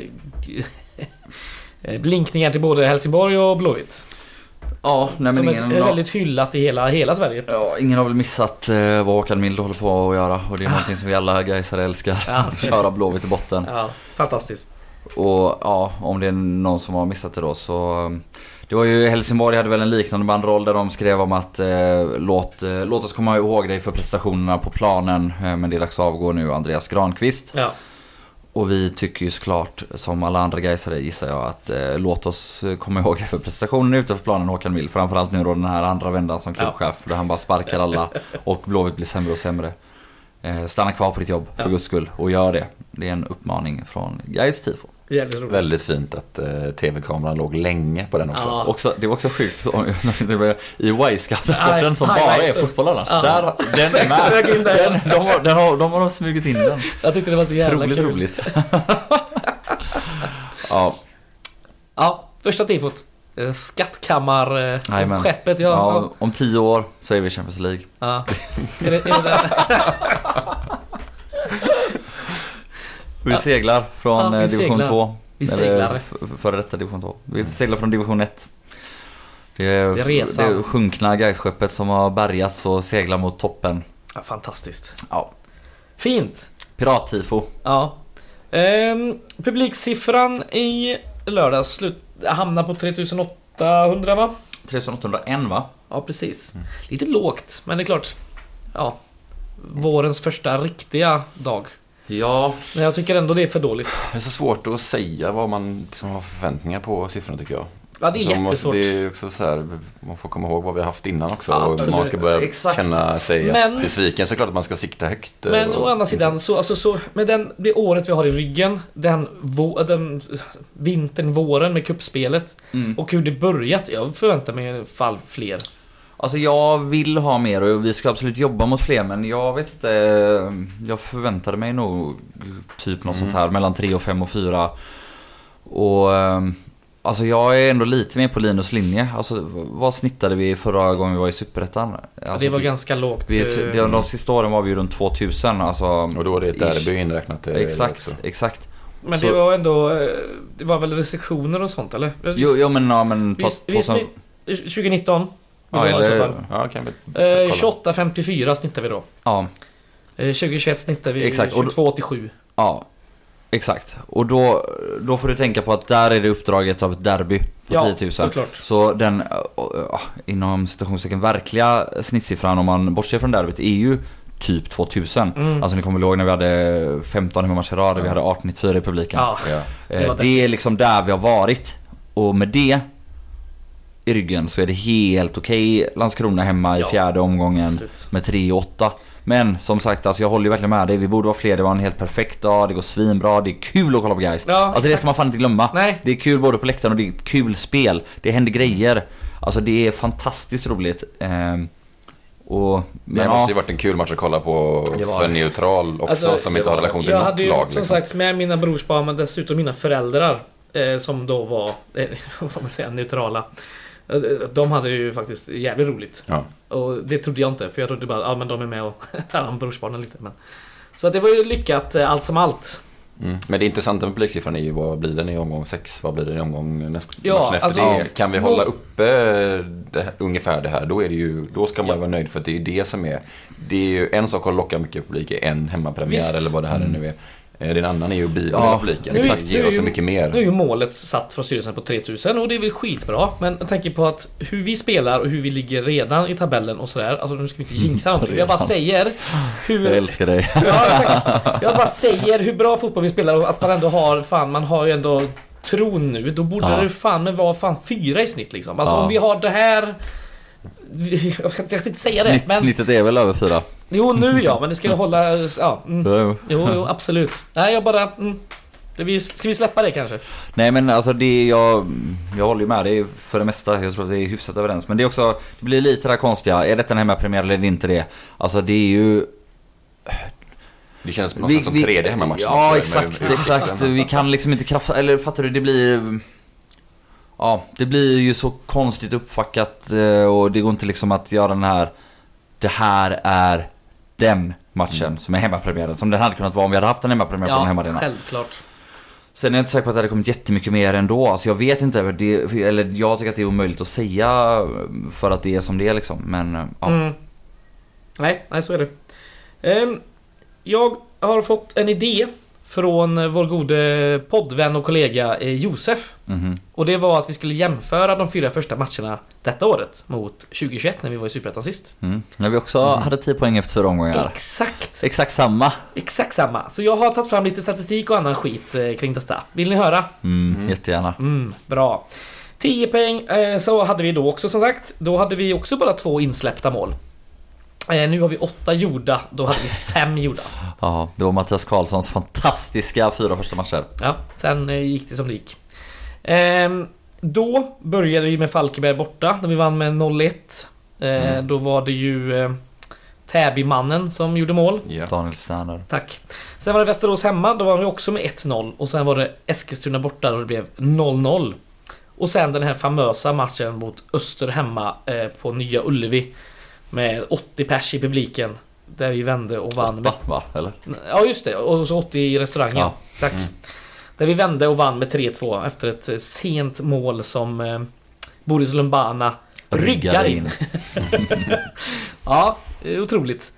blinkningar till både Helsingborg och Blåvitt. Ja, nej, men som ingen är väldigt hyllat i hela Sverige. Ja, ingen har väl missat vad Håkan Mild håller på att göra. Och det är någonting som vi alla gaisare älskar. Köra Blåvitt i botten. Ja, fantastiskt. Och ja, om det är någon som har missat det då, så det var ju Helsingborg hade väl en liknande bandroll där de skrev om att låt oss komma ihåg dig för prestationerna på planen, men det är dags att avgå nu, Andreas Granqvist. Ja. Och vi tycker ju såklart, som alla andra gaisare gissar jag, att låt oss komma ihåg det för prestationen utanför planen, Håkan Mild. Framförallt nu då den här andra vändan som klubbchef, där han bara sparkar alla och Blåvitt blir sämre och sämre. Stanna kvar på ditt jobb för Guds skull och gör det. Det är en uppmaning från Gais tifo. Väldigt fint att tv-kameran låg länge på den också. Det var också sjukt så, i Y-Scout-rapporten som bara är fotboll annars. Där, den är med. De har smugit in den. Jag tyckte det var så jävla kul. Roligt. Ja, första tifot. Skattkammar-skeppet. Ja, om 10 år så är vi Champions League. Ja. Är det Vi seglar från division 2. Vi seglar. Före detta division 2. Vi seglar från division 1. Det är resan. Det sjunkna Gaisskeppet som har bärgats och seglar mot toppen. Ja, fantastiskt. Ja. Fint. Pirattifo. Ja. Publiksiffran i lördags hamnar på 3800 va? 3801 va? Ja, precis. Lite lågt, men det är klart. Ja. Vårens första riktiga dag. Ja. Men jag tycker ändå det är för dåligt. Det är så svårt att säga vad man liksom har förväntningar på siffrorna, tycker jag. Ja, det är jättesvårt. Det är också så här, man får komma ihåg vad vi har haft innan också. Ja, och man ska börja känna sig besviken, så klart att man ska sikta högt. Men å andra sidan, så med det året vi har i ryggen, den vintern, våren med kuppspelet och hur det börjat, jag förväntar mig i alla fall fler. Alltså jag vill ha mer och vi ska absolut jobba mot fler, men jag vet inte, jag förväntade mig nog typ något sånt här mellan 3 och 5 och 4. Och alltså jag är ändå lite mer på Linus linje. Alltså vad snittade vi förra gången vi var i Superettan? Alltså, det var ganska lågt. De sista åren var vi ju runt 2000 alltså, och då är det ett derby inräknat. Exakt. Men det var ändå, det var väl restriktioner och sånt, eller? Jo men 2019. Ja, eller, 28,54 snittar vi då. Ja. 2021 snittar vi 22,87. Ja, exakt. Och då får du tänka på att där är det uppdraget av ett derby på 10 000. Såklart. Så den inom citationstecken verkliga snittsiffran om man bortser från derbyt är ju typ 2000. Alltså ni kommer ihåg när vi hade 15 hemmamatcher i rad och vi hade 1894 i publiken. Det är liksom där vi har varit. Och med det i ryggen så är det helt okej. Landskrona hemma i fjärde omgången med 3-8. Men som sagt, alltså jag håller ju verkligen med dig. Vi borde vara fler, det var en helt perfekt dag. Det går svinbra, det är kul att kolla på guys. Alltså det ska man fan inte glömma. Nej. Det är kul både på läktaren och det är kul spel. Det händer grejer. Alltså det är fantastiskt roligt. Det måste ju varit en kul match att kolla på för neutral också, alltså, som inte har relation till något lag. Jag hade ju som sagt med mina brorsbarn, men dessutom mina föräldrar som då var vad man säger, neutrala. De hade ju faktiskt jävligt roligt. Ja. Och det trodde jag inte, för jag trodde bara men de är med och härmar brorsbarnen lite. Men. Så att det var ju lyckat allt som allt. Men det intressanta med publiksiffran är ju vad blir den i omgång 6, vad blir den i omgång matchen efter alltså, det. Kan vi hålla uppe ungefär det här, då är det ju, då ska man vara nöjd, för att det är ju det som är. Det är ju en sak att locka mycket publik i en hemmapremiär eller vad det här nu är. Den annan är ju att bibehålla publiken. Exakt, ger oss så mycket mer. Nu är ju målet satt för styrelsen på 3000 och det är väl skitbra. Men jag tänker på att hur vi spelar och hur vi ligger redan i tabellen och sådär. Alltså nu ska vi inte jinxa något. Jag bara säger hur... Jag älskar dig. Jag bara säger hur bra fotboll vi spelar och att man ändå har, man har ju ändå tron nu. Då borde det fan vara 4 i snitt liksom. Alltså om vi har det här... Jag ska inte säga det, men... Snittet är väl över 4. Jo, nu men det ska hålla... Jo, absolut. Nej, jag bara... Ska vi släppa det kanske? Nej, men alltså det jag håller ju med dig för det mesta. Jag tror att det är hyfsat överens. Men det är också... Det blir lite det här konstiga. Är detta en hemmapremiär eller inte det? Alltså det är ju... Det känns på något sätt som tredje hemmamatchen. Ja, exakt. Vi kan liksom inte eller fattar du, det blir... Ja, det blir ju så konstigt uppfackat och det går inte liksom att göra den här... Det här är den matchen som är hemmapremiären, som den hade kunnat vara om vi hade haft en hemmapremiär på den hemmaarena. Självklart. Sen är jag inte säker på att det hade kommit jättemycket mer ändå. Alltså jag vet inte, eller jag tycker att det är omöjligt att säga för att det är som det är liksom. Men ja. Nej, så är det. Jag har fått en idé från vår gode poddvän och kollega Josef. Och det var att vi skulle jämföra de 4 första matcherna detta året mot 2021 när vi var i Superettan sist. När vi också hade 10 poäng efter 4 omgångar. Exakt samma. Så jag har tagit fram lite statistik och annan skit kring detta. Vill ni höra? Jättegärna. Bra. 10 poäng så hade vi då också, som sagt. Då hade vi också bara 2 insläppta mål. Nu har vi 8 gjorda. Då hade vi 5 gjorda. Ja, det var Mattias Karlssons fantastiska 4 första matcher. Ja, sen gick det som det gick. Då började vi med Falkenberg borta, där vi vann med 0-1. Då var det ju Täbymannen som gjorde mål. Daniel Sterner. Tack. Sen var det Västerås hemma, då var vi också med 1-0. Och sen var det Eskilstuna borta, då det blev 0-0. Och sen den här famösa matchen mot Öster hemma på Nya Ullevi med 80 pers i publiken, där vi vände och vann 8, va? Eller? Ja, just det. Och så 80 i restaurangen. Ja. Tack. Där vi vände och vann med 3-2 efter ett sent mål som Boris Lumbana ryggar in. Ja, otroligt.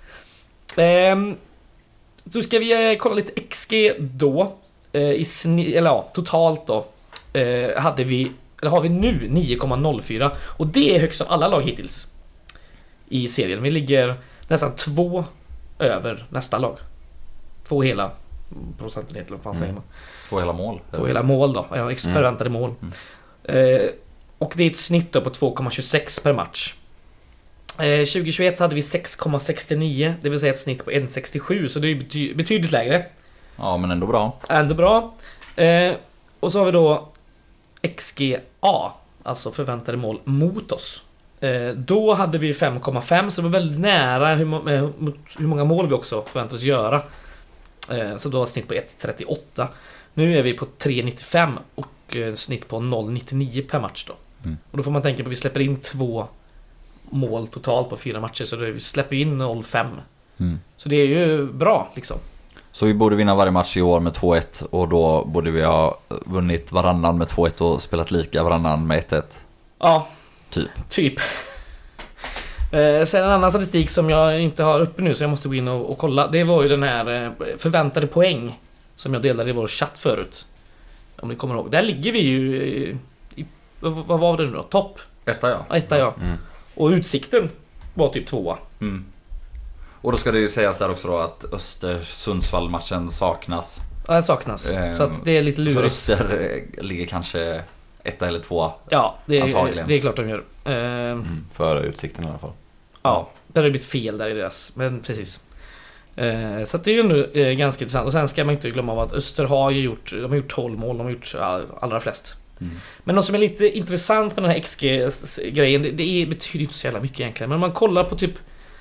Då ska vi kolla lite XG då. Totalt då har vi nu 9,04. Och det är högst av alla lag hittills i serien. Vi ligger nästan 2 över nästa lag. 2 hela procentenheter, vad fan säger man? 2 hela mål. 2 hela mål då. Ja, förväntade mål. Och det är ett snitt då på 2,26 per match. 2021 hade vi 6,69, det vill säga ett snitt på 1,67, så det är betydligt lägre. Ja, men ändå bra. Och så har vi då XGA, alltså förväntade mål mot oss. Då hade vi 5,5, så det var väldigt nära hur många mål vi också förväntade oss göra. Så då var snitt på 1,38. Nu är vi på 3,95 och snitt på 0,99 per match då. Och då får man tänka på att vi släpper in 2 mål totalt på 4 matcher, så vi släpper in 0,5. Så det är ju bra liksom. Så vi borde vinna varje match i år med 2-1, och då borde vi ha vunnit varannan med 2-1 och spelat lika varannan med 1-1. Ja, typ. Sen en annan statistik som jag inte har uppe nu, så jag måste gå in och kolla. Det var ju den här förväntade poäng som jag delade i vår chatt förut, om ni kommer ihåg. Där ligger vi ju vad var det nu då? Topp? Etta, ja. Och Utsikten var typ 2. Och då ska det ju sägas där också då att Öster-Sundsvall-matchen saknas. Ja, den saknas. Så att det är lite lurigt. För Öster ligger kanske 1 eller 2. Ja, det är klart de gör. För Utsikten i alla fall. Ja, det har blivit fel där i deras. Men precis. Så att det är ju nu ganska intressant. Och sen ska man inte glömma av att Öster har gjort 12 mål. De har gjort allra flest. Men något som är lite intressant med den här XG-grejen, det betyder inte så jävla mycket egentligen. Men om man kollar på typ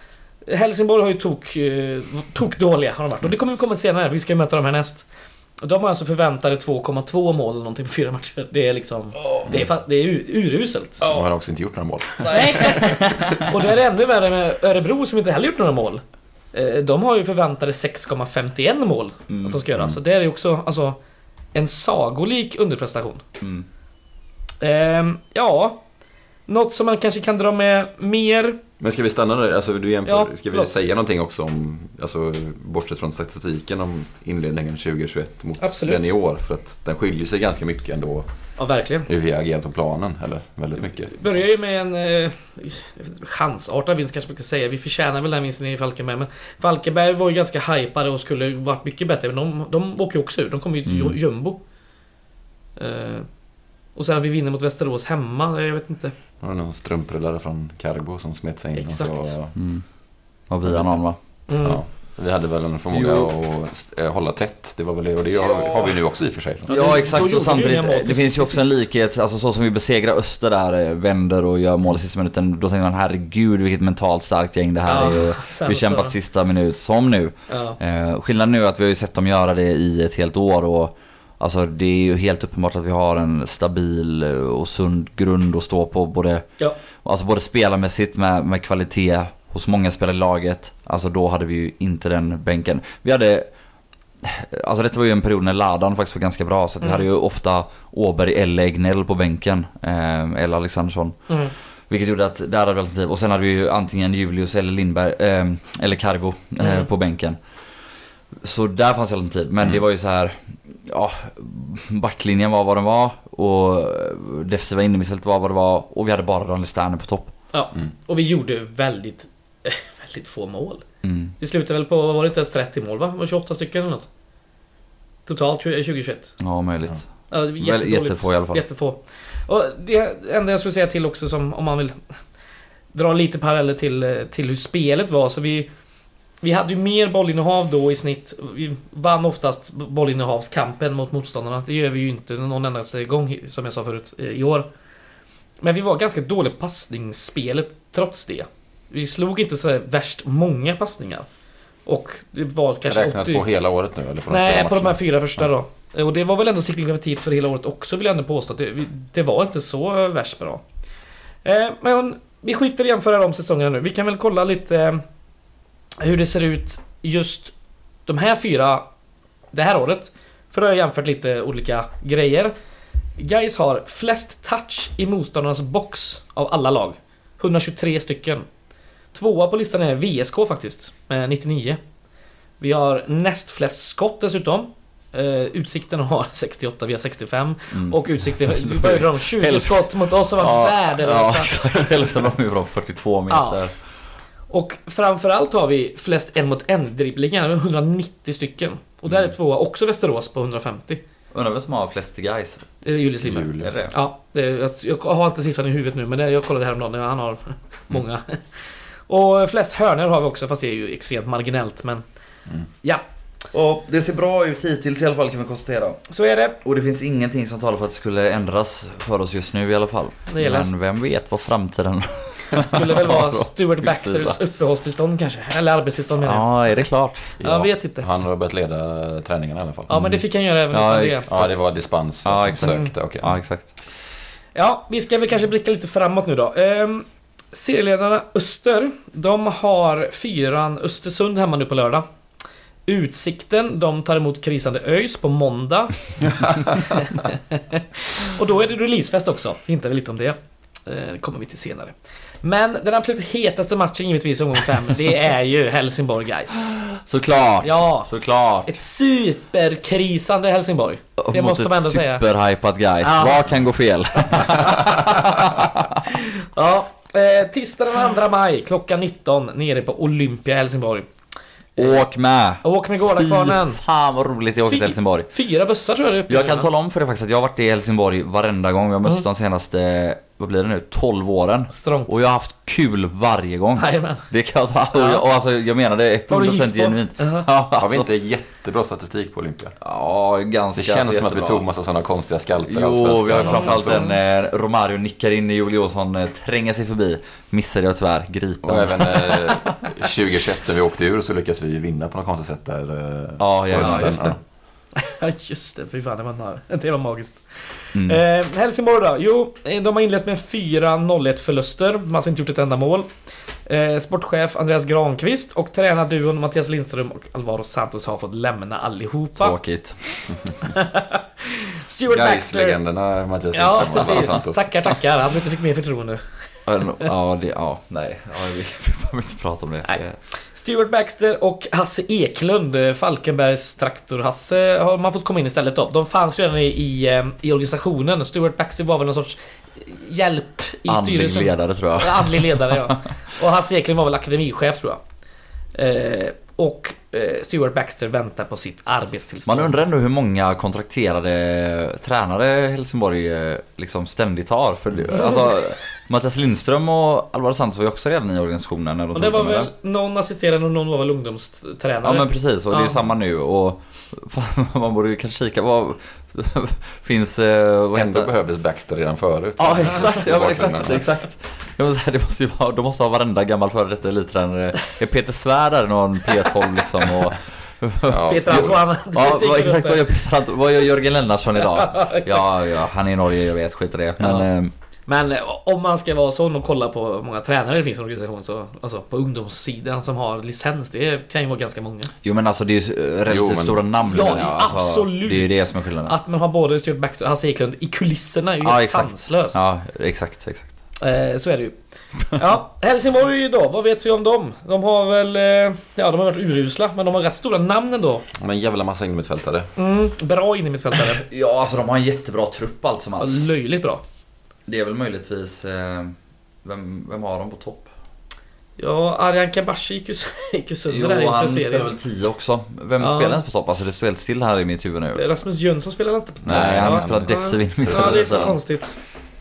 Helsingborg har ju tok dåliga har de varit. Och det kommer vi komma senare, vi ska ju möta dem här näst. Och de har alltså förväntade 2,2 mål eller någonting på 4 matcher. Det är liksom det är uruselt. De har också inte gjort några mål. Nej, exakt. Och det är ännu värre med Örebro som inte heller gjort några mål. De har ju förväntade 6,51 mål att de ska göra. Så det är ju också alltså, en sagolik underprestation. Ja, något som man kanske kan dra med mer. Men ska vi stanna där? Alltså, du jämför, Ja, ska vi säga någonting också om, alltså, bortsett från statistiken om inledningen 2021 mot den i år? För att den skiljer sig ganska mycket ändå. Ja, verkligen. Hur vi har agerat på planen, eller väldigt mycket. Börjar ju med en chansartad vinst kanske man kan säga. Vi förtjänar väl den vinsten i Falkenberg. Men Falkenberg var ju ganska hypade och skulle varit mycket bättre. Men de åker ju också ut. De kommer ju jumbo. Och sen att vi vinner mot Västerås hemma, jag vet inte. Det var någon strumprullare från Cargo som smet sig in. Exakt. Och så, Och via någon, va? Ja, vi hade väl en förmåga att hålla tätt. Det var väl det, och det har vi nu också i och för sig. Ja, exakt. Och samtidigt, det finns ju också en likhet, alltså så som vi besegrar Öster där, vänder och gör mål i sista minuten. Då tänker man, herregud vilket mentalt starkt gäng det här är. Vi kämpat sista minut som nu. Skillnaden nu är att vi har ju sett dem göra det i ett helt år. Och alltså det är ju helt uppenbart att vi har en stabil och sund grund att stå på, både spelarmässigt med kvalitet hos många spelare i laget. Alltså då hade vi ju inte den bänken. Vi hade, alltså detta var ju en period när Ladan faktiskt var ganska bra, så att vi hade ju ofta Åberg eller Egnell på bänken, eller Alexandersson. Vilket gjorde att där hade vi alternativ. Och sen hade vi ju antingen Julius eller Lindberg eller Carbo på bänken. Så där fanns alternativ. Men det var ju så här, ja, backlinjen var vad den var, och defensiva innermittfältet var vad det var, och vi hade bara Daniel Sterner på topp. Ja, och vi gjorde väldigt få mål. Vi slutade väl på, var det inte ens 30 mål, va? Var 28 stycken eller något? Totalt 2021. Ja, möjligt. Ja, jättefå i alla fall. Jättefå. Och det enda jag skulle säga till också, som om man vill dra lite paralleller till hur spelet var, så vi hade ju mer bollinnehav då i snitt. Vi vann oftast bollinnehavskampen mot motståndarna. Det gör vi ju inte någon endaste gång, som jag sa förut, i år. Men vi var ganska dåliga passningsspelet trots det. Vi slog inte så värst många passningar. Och det var kanske räknat 80... på hela året nu, eller på på de här 4 första då. Och det var väl ändå signifikativt för hela året också, vill jag ändå påstå. Det var inte så värst bra. Men vi skiter i jämföra de säsongerna nu. Vi kan väl kolla lite hur det ser ut just de här 4 det här året. För då har jag jämfört lite olika grejer. Gais har flest touch i motståndarnas box av alla lag. 123 stycken. 2 på listan är VSK faktiskt, med 99. Vi har näst flest skott dessutom. Utsikten har 68, vi har 65. Och Utsikten började de 20 skott mot oss som var värdelösa. Ja, exakt. Hälften av dem är från 42 meter. Ja. Och framförallt har vi flest 1-mot-1-dribblingar, 190 stycken. Och där är 2 också Västerås på 150. Undrar vem som har flest guys? Julius Lindberg. Ja, jag har inte siffran i huvudet nu, men jag kollade häromdagen. Han har många. Och flest hörnor har vi också, fast det är ju extremt marginellt. Men ja. Och det ser bra ut hittills i alla fall, kan vi konstatera. Så är det. Och det finns ingenting som talar för att det skulle ändras för oss just nu i alla fall. Men vem vet vad framtiden skulle väl vara Stuart Baxters uppehållstillstånd kanske. Eller arbetstillstånd menar jag. Ja, är det klart? Jag vet inte. Han har börjat leda träningarna i alla fall. Ja, men det fick han göra även utan det. Ja, det var dispens för att sökte. Okay. Ja, exakt. Ja, vi ska väl kanske blicka lite framåt nu då. Serieledarna Öster, de har 4 Östersund hemma nu på lördag. Utsikten, de tar emot krisande ÖIS på måndag. Och då är det releasefest också. Hintar vi lite om det. Det kommer vi till senare. Men den absolut hetaste matchen givetvis omgång 5, det är ju Helsingborg Gais. Såklart. Ja, såklart. Ett superkrisande Helsingborg. Det mot måste man ändå säga. Superhypad Gais. Ja. Vad kan gå fel? Ja, tisdagen den 2 maj klockan 19 nere på Olympia Helsingborg. Åk med Gårdakvarnen. Fan vad roligt jag åker till Helsingborg. 4 bussar tror jag det är uppe. Jag kan tala om för det faktiskt att jag har varit i Helsingborg varenda gång. Vi har mött de senaste vad blir det nu, 12 åren. Strångt. Och jag har haft kul varje gång. Jajamän. Det kan jag ta. Och alltså, jag menar det är 100% genuint. Ja, Har vi inte jättebra statistik på Olympia? Ja, ganska. Det känns som att vi jättebra. tog massa sådana konstiga skalper. Jo, vi har framförallt en Romario nickar in i Jules Olsson, tränger sig förbi. Missade jag tyvärr, gripen. Och även 2021 när vi åkte ur så lyckades vi vinna på något konstigt sätt där. Ja, just det. Ja, just det. Fy fan, det var magiskt. Mm. Helsingborg då? Jo, de har inlett med 4-0-1 förluster. De har alltså inte gjort ett enda mål. Sportchef Andreas Granqvist och tränarduon Mattias Lindström och Alvaro Santos har fått lämna allihopa. Tråkigt. Stuart Baxter. Gais-legenderna Mattias Ja, Lindström och Alvaro precis. Santos. Tackar. Han inte fick mer förtroende. Vi får inte prata om det. Nej. Stuart Baxter och Hasse Eklund, Falkenbergs traktor-Hasse, har man fått komma in istället då. De fanns redan i organisationen. Stuart Baxter var väl någon sorts hjälp i Andlig styrelsen. ledare tror jag. Andlig ledare, ja. Och Hasse Eklund var väl akademichef tror jag. Och Stuart Baxter väntar på sitt arbetstillstånd. Man undrar ändå hur många kontrakterade tränare Helsingborg liksom ständigt har. För, alltså, Mattias Lindström och Alvaro Santos var ju också redan i organisationen när de och det var väl någon assisterande och någon var väl ungdomstränare. Ja men precis, och det är samma nu. Och fan, man borde ju kanske kika vad finns vad Ändå heter... behövdes Baxter redan förut. Ja exakt, ja, exakt. Jag måste säga, det måste ju vara, de måste ha varenda gammal före detta elittränare. Är Peter Svärd där någon P12 liksom och Peter Antoine. Ja, exakt, vad gör Jörgen Lennartsson idag? Ja, han är i Norge, jag vet, skit i det. Men om man ska vara sån och kolla på hur många tränare det finns i en organisation så, alltså på ungdomssidan som har licens, det kan ju vara ganska många. Jo men alltså det är ju relativt stora namn. Ja, alltså, absolut. Det är ju det som är skillnaden. Att man har både Stuart Baxter och Hasse Eklund i kulisserna är ju helt sanslöst. Ja, exakt. Så är det ju. Ja, Helsingborg då, vad vet vi om dem? De har väl, de har varit urusla, men de har rätt stora namn ändå. Men en jävla massa innermittfältare. Bra innermittfältare. Ja, alltså de har en jättebra trupp allt som allt. Löjligt bra. Det är väl möjligtvis, vem har de på topp? Ja, Arjan Kabashi gick ju sönder där han inför serien. spelar väl 10 också. Vem spelar ens på topp? Alltså det står helt still här i mitt huvud nu. Rasmus Jönsson spelar inte på topp. Nej, han spelar defensiv mitt. Ja, det är så konstigt.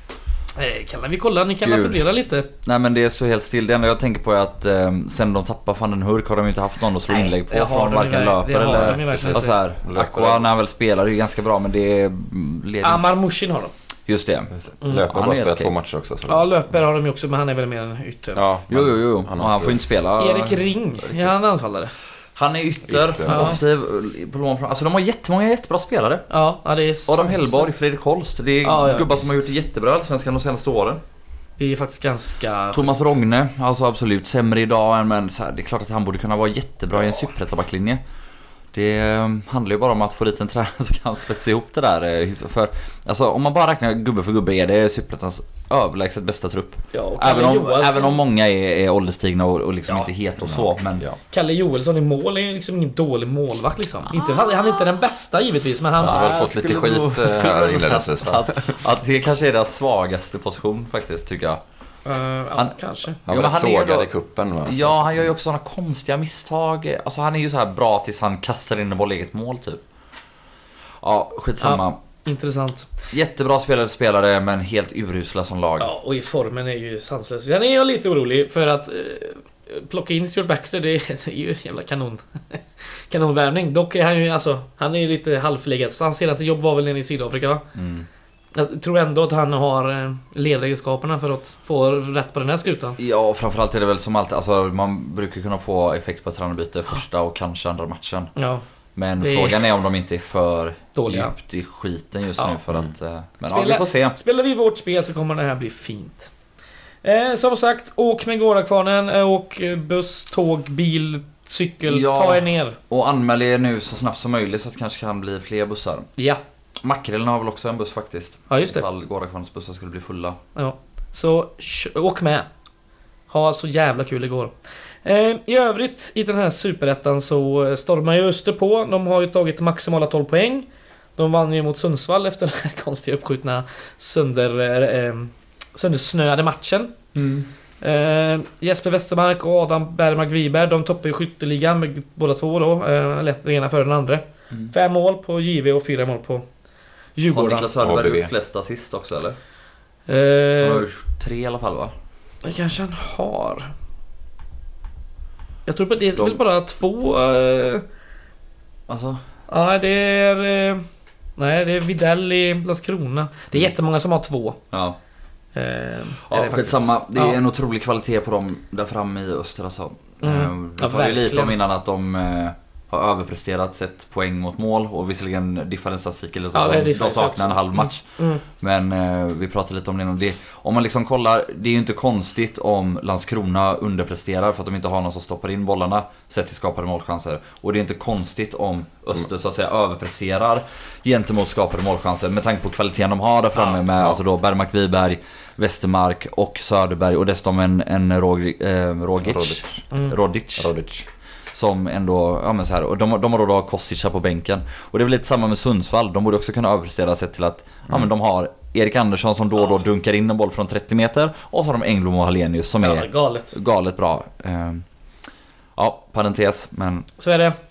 Kan vi kolla? Ni kan väl fundera lite. Nej men det står helt still. Det enda jag tänker på är att sen de tappar Van den Hurk har de inte haft någon att slå inlägg på från varken löper eller alltså så här. Aqua när han väl spelar är ju ganska bra men det är Amar Mushin har de. Just det. Löper bara spelat 2 matcher också. Så ja, Löper har de ju också, men han är väl mer en ytter. Ja, jo. Han får ju inte spela. Erik Ring, är han anfallare? Han är ytter. Offensiv på lån från. Alltså de har jättemånga jättebra spelare. Ja, det är Adam Hellborg, Fredrik Holst. Det är gubbar som har gjort det jättebra i Allsvenskan de senaste åren. Det är faktiskt ganska... Thomas Rogne, alltså absolut sämre idag, men så här, det är klart att han borde kunna vara jättebra i en superettabacklinje. Det handlar ju bara om att få dit en tränare som kan spetsa ihop det där. För, alltså, om man bara räknar gubbe för gubbe är det superettans överlägset bästa trupp. Ja, även om många är ålderstigna och liksom inte het och så. Men Kalle Joelsson i mål är liksom ingen dålig målvakt liksom. Han är inte den bästa givetvis, men han har väl fått lite skit här inledningsvis. Att det kanske är deras svagaste position faktiskt, tycker jag. Kanske. Han var sågad i kuppen. Va? Ja, han gör ju också sådana konstiga misstag. Alltså han är ju så här bra tills han kastar in en boll i eget mål typ. Ja, skitsamma. Intressant. Jättebra spelare men helt urusla som lag. Ja, och i formen är ju sanslös. Jag är lite orolig för att plocka in Stuart Baxter, det är ju jävla kanonvärvning. Dock är han ju, alltså, han är ju lite halvförlegad. Så hans senaste jobb var väl nere i Sydafrika, va? Jag tror ändå att han har ledaregenskaperna för att få rätt på den här skutan. Ja, framförallt är det väl som alltid, alltså man brukar kunna få effekt på ett tränarbyte första och kanske andra matchen. Ja. Men frågan är om de inte är för dåliga djupt i skiten just nu för att men vi får se. Spelar vi vårt spel så kommer det här bli fint. Som sagt, åk med Gårdakvarnen, åk buss, tåg, bil, cykel, ta er ner. Och anmäl er nu så snabbt som möjligt så att det kanske kan bli fler bussar. Ja. Makrelen har väl också en buss faktiskt. Ja, just det. Ifall Gårdakvarnens bussar skulle bli fulla. Ja, så åk med. Ha så jävla kul igår. I övrigt i den här superettan så stormar ju Öster på. De har ju tagit maximala 12 poäng. De vann ju mot Sundsvall efter den här konstiga uppskjutna söndersnöade matchen. Jesper Westermark och Adam Bergmark Wiberg, de toppar ju skytteligan med båda två då, eller den ena före den andra. 5 mål på JV och 4 mål på Djurgården. Har Niklas Söderberg flest assist också eller? Han har ju 3 i alla fall, va? Det kanske han har. Jag tror på det är väl bara 2. Alltså? Ja, det är... nej, det är Videll i Landskrona. Det är jättemånga som har 2. Ja. Ja, skitsamma. Det är en otrolig kvalitet på dem där framme i öster, alltså. Vi tar ju lite om innan att de har överpresterat sett poäng mot mål. Och visserligen differensstatistik eller de saknar en halv match. Men vi pratar lite om det nu. Om man liksom kollar, det är ju inte konstigt om Landskrona underpresterar för att de inte har någon som stoppar in bollarna sett till skapade målchanser. Och det är inte konstigt om Öster så att säga överpresterar gentemot skapade målchanser med tanke på kvaliteten de har där framme med alltså då Bergmark, Wiberg, Westermark och Söderberg och dessutom en Rodic. Som ändå, ja men så här, och de har då Kostic här på bänken. Och det är väl lite samma med Sundsvall. De borde också kunna överprestera sett till att ja men de har Erik Andersson som då och då dunkar in en boll från 30 meter. Och så har de Engblom och Hallenius som är galet bra. Ja, parentes, men... Så är det.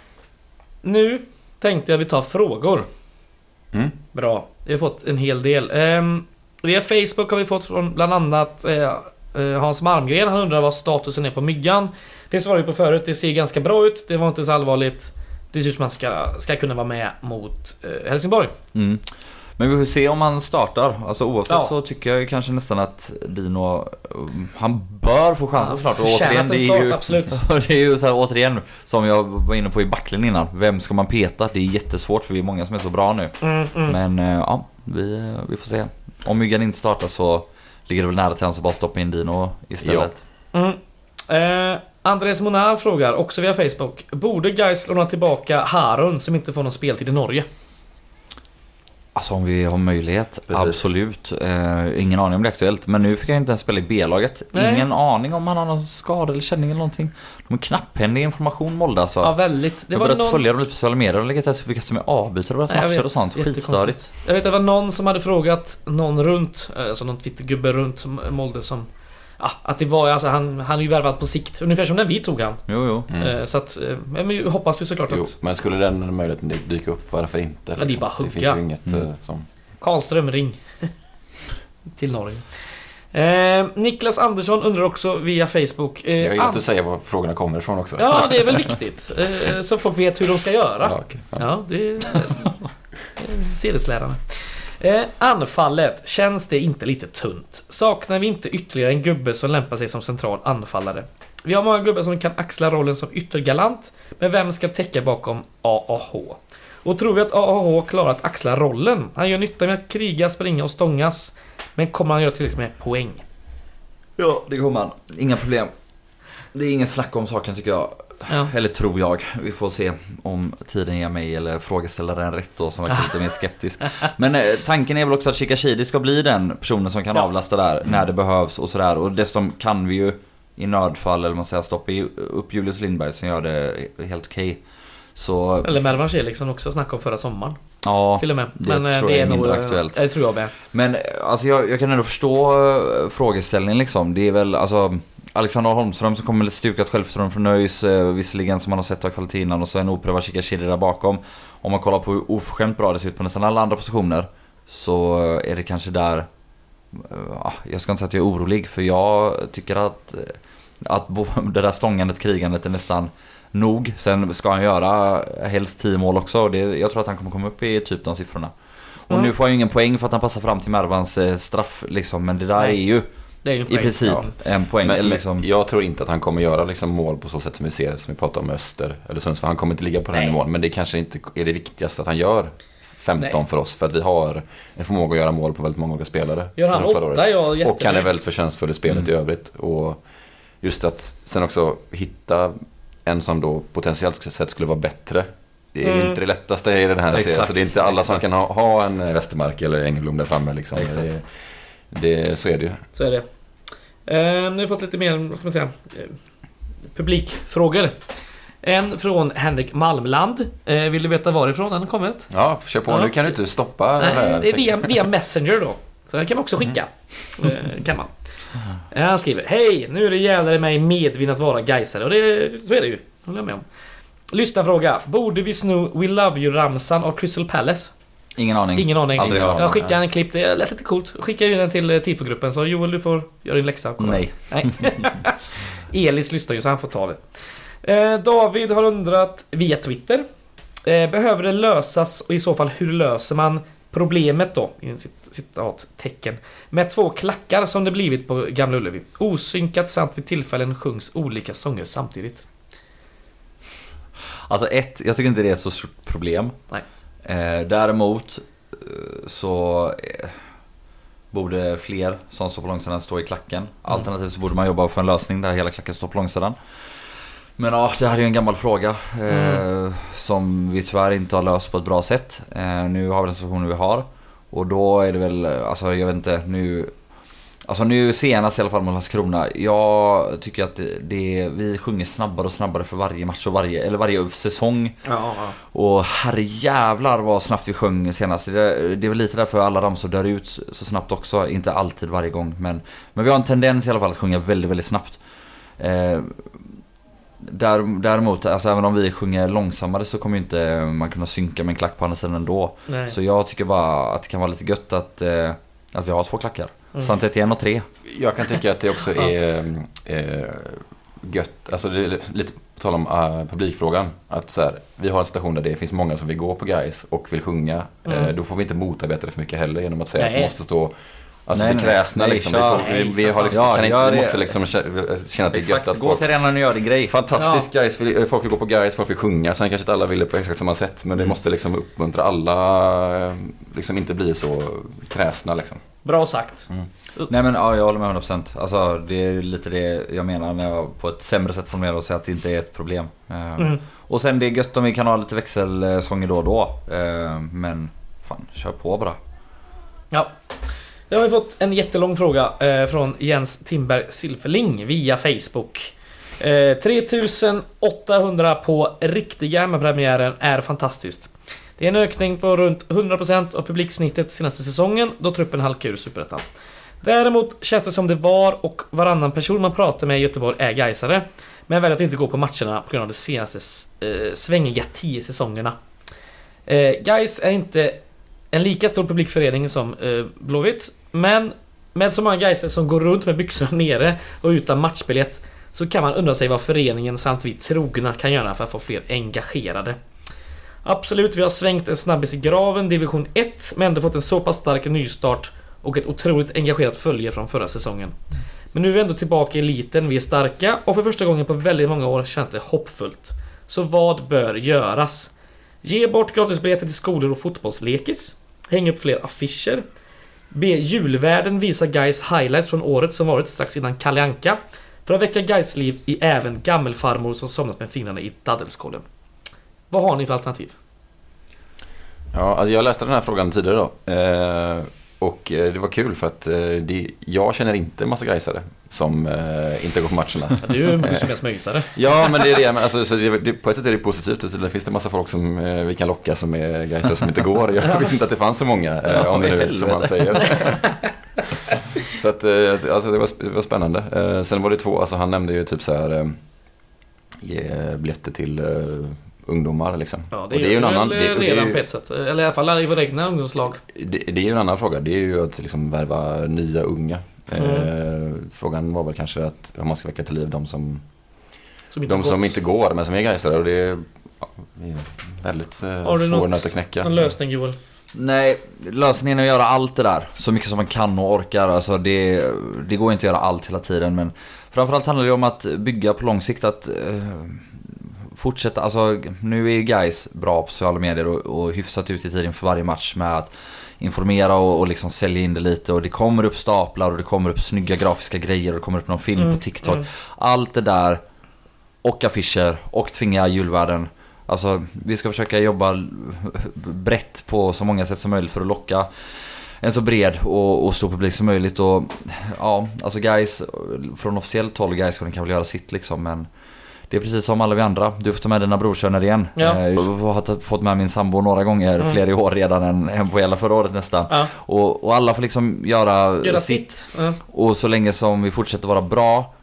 Nu tänkte jag vi tar frågor. Bra, vi har fått en hel del. Via Facebook har vi fått från bland annat Hans Malmgren. Han undrar vad statusen är på Myggan. Det svarade vi på förut, det ser ganska bra ut. Det var inte så allvarligt. Det ser ut som man ska kunna vara med mot Helsingborg. Men vi får se om han startar. Alltså oavsett så tycker jag kanske nästan att Dino, han bör få chansen snart. Och återigen, det är ju så här, återigen som jag var inne på i backlen innan. Vem ska man peta? Det är jättesvårt för vi är många som är så bra nu. Men ja, vi får se. Om Myggan inte startar så ligger det väl nära till han så bara stoppa in Dino istället. Andres Monar frågar också via Facebook: borde Gais låna tillbaka Harun som inte får någon speltid i Norge? Alltså om vi har möjlighet, absolut. Ingen aning om det är aktuellt. Men nu fick jag inte ens spela i B-laget. Ingen aning om han har någon skada eller känning eller någonting. De är knapphändig information, Molde alltså. Ja, väldigt. Jag har börjat följa dem lite på sociala medier och lägga till vilka som är avbytare och matcher och sånt. Skitstörigt. Jag vet att det var någon som hade frågat någon runt, alltså någon Twittergubbe runt Molde som... Ja, att det var, alltså han är ju värvad på sikt. Ungefär som när vi tog han. Så att, men hoppas vi såklart att... Men skulle den möjligheten dyka upp, varför inte? Ja, det är bara hugga. Det finns ju inget som... Karlström, ring. Till Norge. Niklas Andersson undrar också via Facebook. Jag vill inte säga var frågorna kommer ifrån också. Ja, det är väl viktigt. Så folk vet hur de ska göra. Ja, det är sedeslärarna. Anfallet, känns det inte lite tunt? Saknar vi inte ytterligare en gubbe som lämpar sig som central anfallare? Vi har många gubbar som kan axla rollen som yttergalant, men vem ska täcka bakom AAH? Och tror vi att AAH klarar att axla rollen? Han gör nytta med att kriga, springa och stångas, men kommer han göra tillräckligt med poäng? Ja, det kommer han. Inga problem. Det är ingen snack om saken tycker jag. Ja. Eller tror jag. Vi får se om tiden ger mig eller frågeställaren rätt då som var lite mer skeptisk. Men tanken är väl också att Shikashidi ska bli den personen som kan avlasta där när det behövs och sådär. Och dessutom kan vi ju i nödfall eller man säger stoppa upp Julius Lindberg som gör det helt okej. Så... Eller Mervan liksom också snacka om förra sommaren. Ja, till och med. Men det är nog aktuellt. Det tror jag med. Men alltså jag kan ändå förstå frågeställningen liksom. Det är väl alltså Alexander Holmström som kommer lite stukat självförtroende från Nöjs, visserligen som man har sett av kvalitet innan, och så en oprövad Shikashidi där bakom. Om man kollar på hur oförskämt bra det ser ut på nästan alla andra positioner så är det kanske där jag ska inte säga att jag är orolig, för jag tycker att det där stångandet, krigandet är nästan nog. Sen ska han göra helst 10 mål också, och jag tror att han kommer komma upp i typ de siffrorna. Och nu får han ju ingen poäng för att han passar fram till Mervans straff liksom, men det där är ju i princip en poäng. Men, liksom. Jag tror inte att han kommer göra liksom mål på så sätt som vi ser, som vi pratar om Öster eller Sundsvall. Han kommer inte ligga på den nivån, men det kanske inte är det viktigaste att han gör 15 för oss, för att vi har en förmåga att göra mål på väldigt många olika spelare. Gör han 8, och han är väldigt förtjänstfull i spelet i övrigt. Och just att sen också hitta en som då potentiellt sett skulle vara bättre. Det är inte det lättaste i den här serien. Alltså det är inte alla som kan ha en Westermark eller Engelblom där framme liksom. Så är det ju. Så är det. Nu har vi fått lite mer, vad ska man säga, publikfrågor. En från Henrik Malmland. Vill du veta varifrån den kommit? Ja, kör på. Nu kan du inte stoppa. Nej, det är via Messenger då. Så den kan man också skicka. Kan man. Han skriver: hej, nu är det jävlar i mig medvinn att vara Gaisare. Och så är det ju, håller jag med om. Lyssna fråga: borde vi sno We Love You-ramsan av Crystal Palace? Ingen aning. Ingen aning. Aldrig hört. Jag skickade en klipp, det lät lite coolt. Skickade in den till TIFO-gruppen, så Joel, du får göra din läxa. Nej. Elis lyssnar ju, så han får ta det. David har undrat via Twitter. Behöver det lösas, och i så fall hur löser man problemet då, i citattecken, med 2 klackar som det blivit på Gamla Ullevi? Osynkat samt vid tillfällen sjungs olika sånger samtidigt. Alltså jag tycker inte det är ett så stort problem. Nej. Däremot så borde fler som står på långsidan stå i klacken. Alternativt så borde man jobba för en lösning där hela klacken står på långsidan. Men ja, det här är ju en gammal fråga som vi tyvärr inte har löst på ett bra sätt. Nu har vi den situationen vi har. Och då är det väl, alltså jag vet inte, nu senast i alla fall med Landskrona. Jag tycker att vi sjunger snabbare och snabbare för varje match och varje säsong. Ja. Och herrejävlar vad snabbt vi sjöng senast. Det är väl lite därför alla ramsor dör ut så snabbt också. Inte alltid varje gång, men vi har en tendens i alla fall att sjunga väldigt, väldigt snabbt. Däremot, alltså även om vi sjunger långsammare så kommer ju inte man kunna synka med en klack på andra sidan ändå. Nej. Så jag tycker bara att det kan vara lite gött att vi har 2 klackar. Sant 1 och 3. Jag kan tycka att det också är gött. Alltså det är lite på tal om publikfrågan. Att så här, vi har en situation där det finns många som vill gå på Gais och vill sjunga. Då får vi inte motarbeta det för mycket heller genom att säga att det måste stå. Alltså det kräsna liksom. Vi har liksom, vi måste liksom känna att det är gött att gå till arenan och göra det grej. Fantastiskt Gais, folk vill gå på Gais, folk vill sjunga. Sen kanske inte alla vill det på exakt samma sätt. Men det måste liksom uppmuntra alla, liksom inte bli så kräsna liksom. Bra sagt. Nej men ja, jag håller med 100%. Alltså det är lite det jag menar när jag på ett sämre sätt formulerar och säger att det inte är ett problem. Och sen det är gött om vi kan ha lite växelsånger då och då. Men fan, kör på bara. Ja. Jag har fått en jättelång fråga från Jens Timberg Silferling via Facebook. 3800 på riktiga hemmapremiären är fantastiskt. Det är en ökning på runt 100% av publiksnittet senaste säsongen då truppen halkar ur Superettan. Däremot känns det som det var och varannan person man pratar med i Göteborg är gaisare, men väljer att inte gå på matcherna på grund av de senaste svängiga 10 säsongerna. Gais är inte en lika stor publikförening som Blåvitt, men med så många gaiser som går runt med byxorna nere och utan matchbiljett så kan man undra sig vad föreningen samt vi trogna kan göra för att få fler engagerade. Absolut, vi har svängt en snabbis i graven division 1 men ändå fått en så pass stark nystart och ett otroligt engagerat följe från förra säsongen. Men nu är vi ändå tillbaka i eliten, vi är starka och för första gången på väldigt många år känns det hoppfullt. Så vad bör göras? Ge bort gratisbiljetter till skolor och fotbollslekis. Häng upp fler affischer. Be julvärden visa Gais highlights från året som varit strax innan Kalle Anka. För att väcka Gais liv i även gammelfarmor som somnat med fingrarna i daddelskålen. Vad har ni för alternativ? Ja, alltså jag läste den här frågan tidigare då. Och det var kul för att jag känner inte massa gaisare som inte går på matcherna. Ja, du är ju som smögisare. Ja, men det är det. Men alltså, så på ett sätt är det positivt. Så det finns det massa folk som vi kan locka som är gaisare som inte går. Jag visste inte att det fanns så många, om det nu som man säger. Så att, alltså, det var spännande. Sen var det 2, alltså han nämnde ju typ så här ge biljetter till ungdomar liksom. Ja, det är ju en annan redan på ett sätt. Eller i alla fall i våra egna ungdomslag. Det är ju en annan fråga. Det är ju att liksom värva nya unga. Frågan var väl kanske att man ska väcka till liv de som inte går men som är gaisare, och det är väldigt svår nöt att knäcka. En lösning, Joel? Nej, lösningen är att göra allt det där så mycket som man kan och orkar. Alltså det går inte att göra allt hela tiden, men framförallt handlar det om att bygga på lång sikt, att fortsätta. Alltså nu är Gais bra på sociala medier och hyfsat ut i tiden för varje match med att informera och liksom sälja in det lite, och det kommer upp staplar och det kommer upp snygga grafiska grejer och det kommer upp någon film på TikTok. Allt det där och affischer och tvinga julvärden. Alltså vi ska försöka jobba brett på så många sätt som möjligt för att locka en så bred och stor publik som möjligt. Och ja, alltså Gais från officiellt håll, Gais kan väl göra sitt liksom, men det är precis som alla vi andra. Du får ta med dina brorsöner igen. Ja. Jag har fått med min sambo några gånger, fler i år redan än på hela förra året nästan. Och alla får liksom göra sitt. Och så länge som vi fortsätter vara bra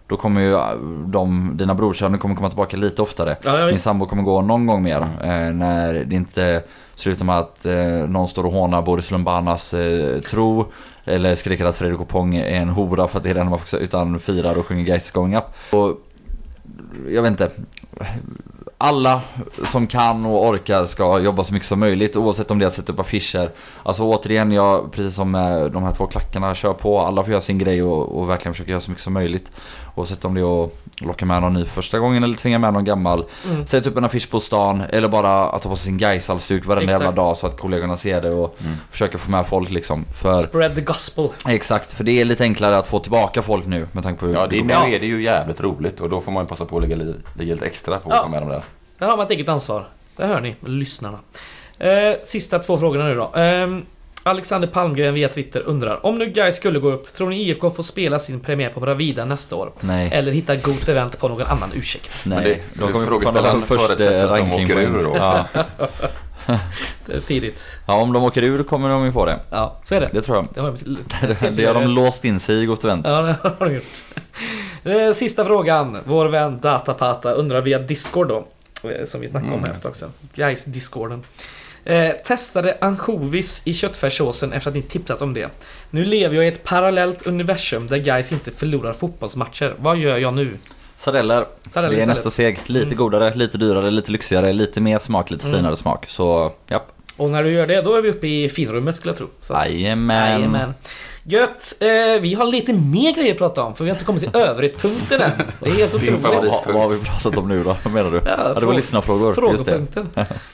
då kommer ju dina brorsöner kommer komma tillbaka lite oftare. Min sambo kommer gå någon gång mer när det inte slutar med att någon står och hånar Boris Lumbanas tro eller skriker att Fredrik Opong är en hora för att det är den man får, utan firar och sjunger Guys Going Up. Och jag vet inte, alla som kan och orkar ska jobba så mycket som möjligt, oavsett om det är att sätta upp affischer. Alltså återigen, jag, precis som de här 2 klackarna, kör på, alla får göra sin grej och verkligen försöka göra så mycket som möjligt. Oavsett om det är att locka med någon ny första gången eller tvinga med någon gammal. Sätta upp en affisch på stan eller bara att ta på sin Gaishalsduk varenda jävla dag så att kollegorna ser det och försöka få med folk liksom. Spread the gospel. Exakt, för det är lite enklare att få tillbaka folk nu med tanke på det är det ju jävligt roligt och då får man passa på att lägga lite extra på att få med dem där. Där har man ett eget ansvar. Det hör ni, lyssnarna. Sista 2 frågorna nu då. Alexander Palmgren via Twitter undrar: om nu Guys skulle gå upp, tror ni IFK får spela sin premiär på Bravida nästa år? Nej. Eller hitta god event på någon annan ursäkt? Nej, de kommer frågeställaren förutsätta att de åker ur då. Ja. Det är tidigt. Ja, om de åker ur kommer de ju få det. Ja, så är det. Det tror jag. Det har de låst in sig i gott event. Ja, det har de gjort. Sista frågan. Vår vän Datapata undrar via Discord då, som vi snackade om här också. Guys, Discorden. Testade ansjovis i köttfärssåsen efter att ni tipsat om det. Nu lever jag i ett parallellt universum där Guys inte förlorar fotbollsmatcher. Vad gör jag nu? Sardeller. Det är nästa steg. Lite godare, lite dyrare, lite lyxigare, lite mer smak, lite finare smak. Så, japp. Och när du gör det, då är vi uppe i finrummet skulle jag tro. Jajamän. Gött, vi har lite mer grejer att prata om, för vi har inte kommit till övrigt-punkten än. Det är helt otroligt. Vad har vi pratat om nu då? Vad menar du? Det var lyssnarfrågor. Frågepunkten.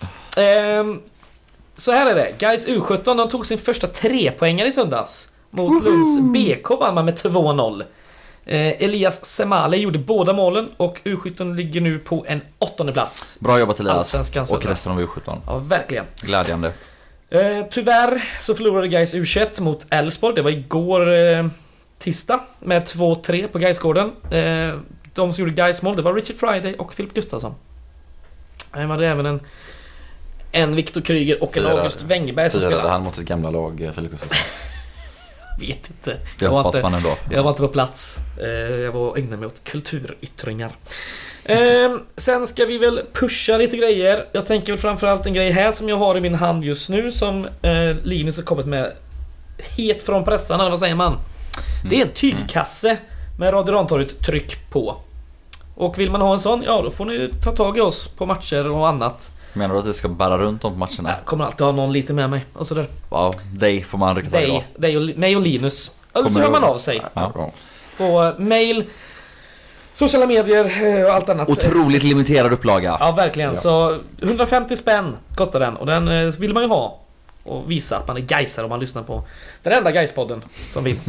Så här är det. Guys U17, de tog sin första 3-poängare i söndags. Mot Lunds BK vann man med 2-0. Elias Semale gjorde båda målen och U17 ligger nu på en 8:e plats. Bra jobbat Elias och resten av U17. Ja, verkligen. Glädjande. Tyvärr så förlorade Guys U21 mot Elfsborg. Det var igår tisdag med 2-3 på Gaisgården. De som gjorde Guys mål, det var Richard Friday och Filip Gustafsson. Det var även en Viktor Kryger och en August Wengberg som spelade. Han mot sitt gamla lag, Filip Gustafsson. Vet inte. Det hoppas man ändå. Jag var inte på plats. Jag var ägnad mig åt kulturyttringar. Sen ska vi väl pusha lite grejer. Jag tänker väl framförallt en grej här som jag har i min hand just nu, som Linus har kommit med het från pressarna, eller vad säger man? Det är en tygkasse med Radio Rantorget tryck på. Och vill man ha en sån, ja då får ni ta tag i oss på matcher och annat. Menar du att du ska bära runt om på matcherna? Jag kommer alltid ha någon lite med mig och sådär. Ja, dig får man rycka tag i. Dig och mig och Linus. Eller så hör man av sig. Ja. På mail, sociala medier och allt annat. Otroligt limiterad upplaga. Ja, verkligen. Ja. Så 150 spänn kostar den. Och den vill man ju ha. Och visa att man är gaisare om man lyssnar på den enda Gaispodden som finns.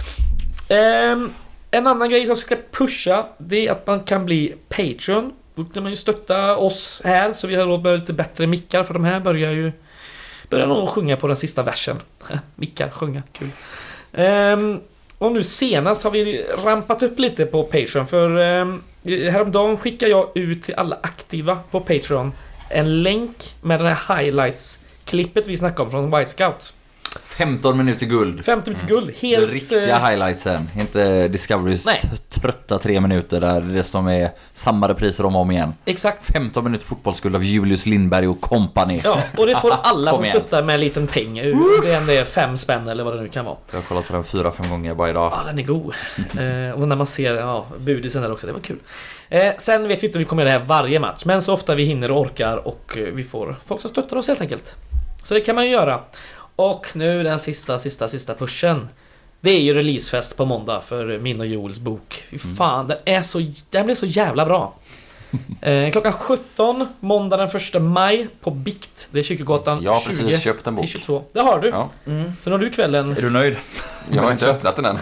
En annan grej jag ska pusha, det är att man kan bli Patreon. Då kan man ju stötta oss här, så vi har råd med lite bättre mickar, för de här börjar nog sjunga på den sista versen. Mickar, sjunga, kul. Och nu senast har vi rampat upp lite på Patreon, för häromdagen skickar jag ut till alla aktiva på Patreon en länk med den här highlights-klippet vi snackade om från White Scout. 15 minuter guld. 15 minuter guld. Helt riktiga highlightsen. Inte Discoverys trötta 3 minuter där det står med samma repriser om och om igen. Exakt. 15 minuter fotbollsskuld av Julius Lindberg och company. Ja, och det får alla som stöttar med en liten peng. Det är 5 spänn eller vad det nu kan vara. Jag har kollat på den 4-5 gånger varje dag. Ja, den är god. Och när man ser budisen där också, det var kul. Sen vet vi inte om vi kommer göra det här varje match, men så ofta vi hinner och orkar, och vi får folk som stöttar oss helt enkelt. Så det kan man ju göra. Och nu den sista pushen. Det är ju releasefest på måndag för min och Joels bok. Fy fan, den blir så jävla bra. Klockan 17 måndag den 1 maj på Bikt. Det är Kyrkogatan 20. Jag har precis köpt en bok. 22. Det har du. Ja. Så nu har du kvällen. Är du nöjd? Jag har inte öppnat den än.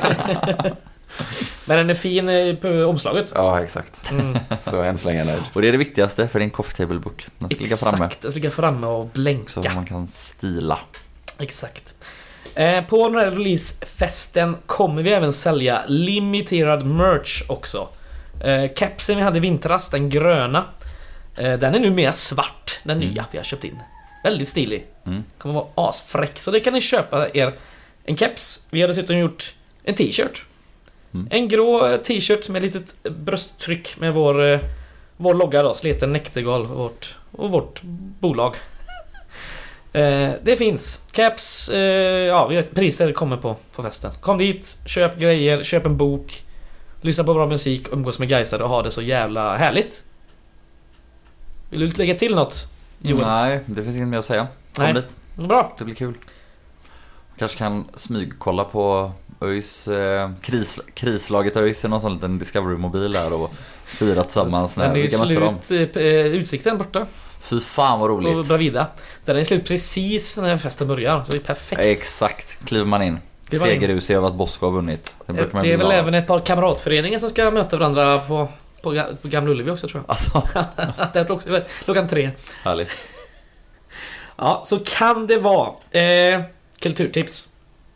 Men den är fin på omslaget. Ja, exakt. Så än så länge är jag nöjd. Och det är det viktigaste för din coffee table book. Den ska ligga framme. Exakt, den ska ligga framme och blänka. Så man kan stila. Exakt. På den här releasefesten kommer vi även sälja limiterad merch också. Capsen vi hade i vintras, den gröna, den är nu mer svart. Den nya vi har köpt in. Väldigt stilig. Kommer vara asfräck. Så det kan ni köpa er en caps. Vi har dessutom gjort en t-shirt. En grå t-shirt med litet brösttryck med vår logga då, Sleten Näktergal och vårt bolag. Det finns caps, vi vet, priser kommer på festen. Kom dit, köp grejer, köp en bok, lyssna på bra musik, umgås med Gaisare och ha det så jävla härligt. Vill du lägga till något, Johan? Nej, det finns inget mer att säga. Kom dit. Bra. Det blir kul. Kanske kan smygkolla på ÖIS, krislaget ÖIS i någon sån liten Discovery-mobil där och fira tillsammans när vi mötte dem. Utsikten borta. Fy fan vad roligt. Och Bravida. Den är slut precis när festen börjar, så det är perfekt. Exakt, kliver man in. Segerus över att Bosko har vunnit. Det är väl även ett par kamratföreningar som ska möta varandra på Gamla Ullevi också, tror jag. Alltså. Det är också klockan 3. Härligt. Ja, så kan det vara. Kulturtips.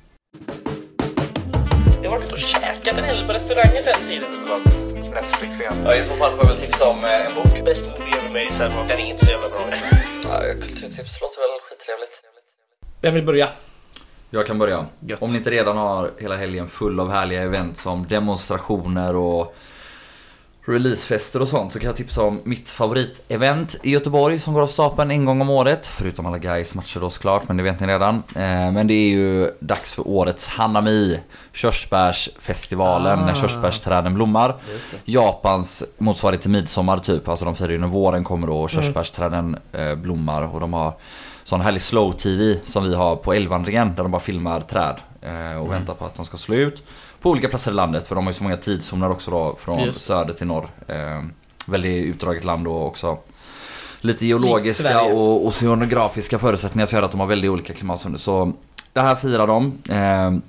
Jag har varit och käkat en hel på restaurangen sen tiden. Netflix igen. Ja, i så fall får jag väl tipsa om en bok. Bäst movie ever made, sen var den inte så jävla bra. Ja, kulturtips låter väl skittrevligt. Vem vill börja? Jag kan börja. Gött. Om ni inte redan har hela helgen full av härliga event som demonstrationer och releasefester och sånt, så kan jag tipsa om mitt favoritevent i Göteborg som går av stapeln en gång om året. Förutom alla guys matcher då såklart, men det vet ni redan. Men det är ju dags för årets Hanami, körsbärsfestivalen, när körsbärsträden blommar. Japans motsvarighet till midsommar typ. Alltså de firar ju när våren kommer då och körsbärsträden blommar. Och de har sån härlig slow-tv som vi har på Älgvandringen, där de bara filmar träd och väntar på att de ska slå ut. På olika platser i landet, för de har ju så många tidszoner också då, från söder till norr. Väldigt utdraget land och också lite geologiska och oceanografiska förutsättningar som gör att de har väldigt olika klimatzoner. Så det här firar de.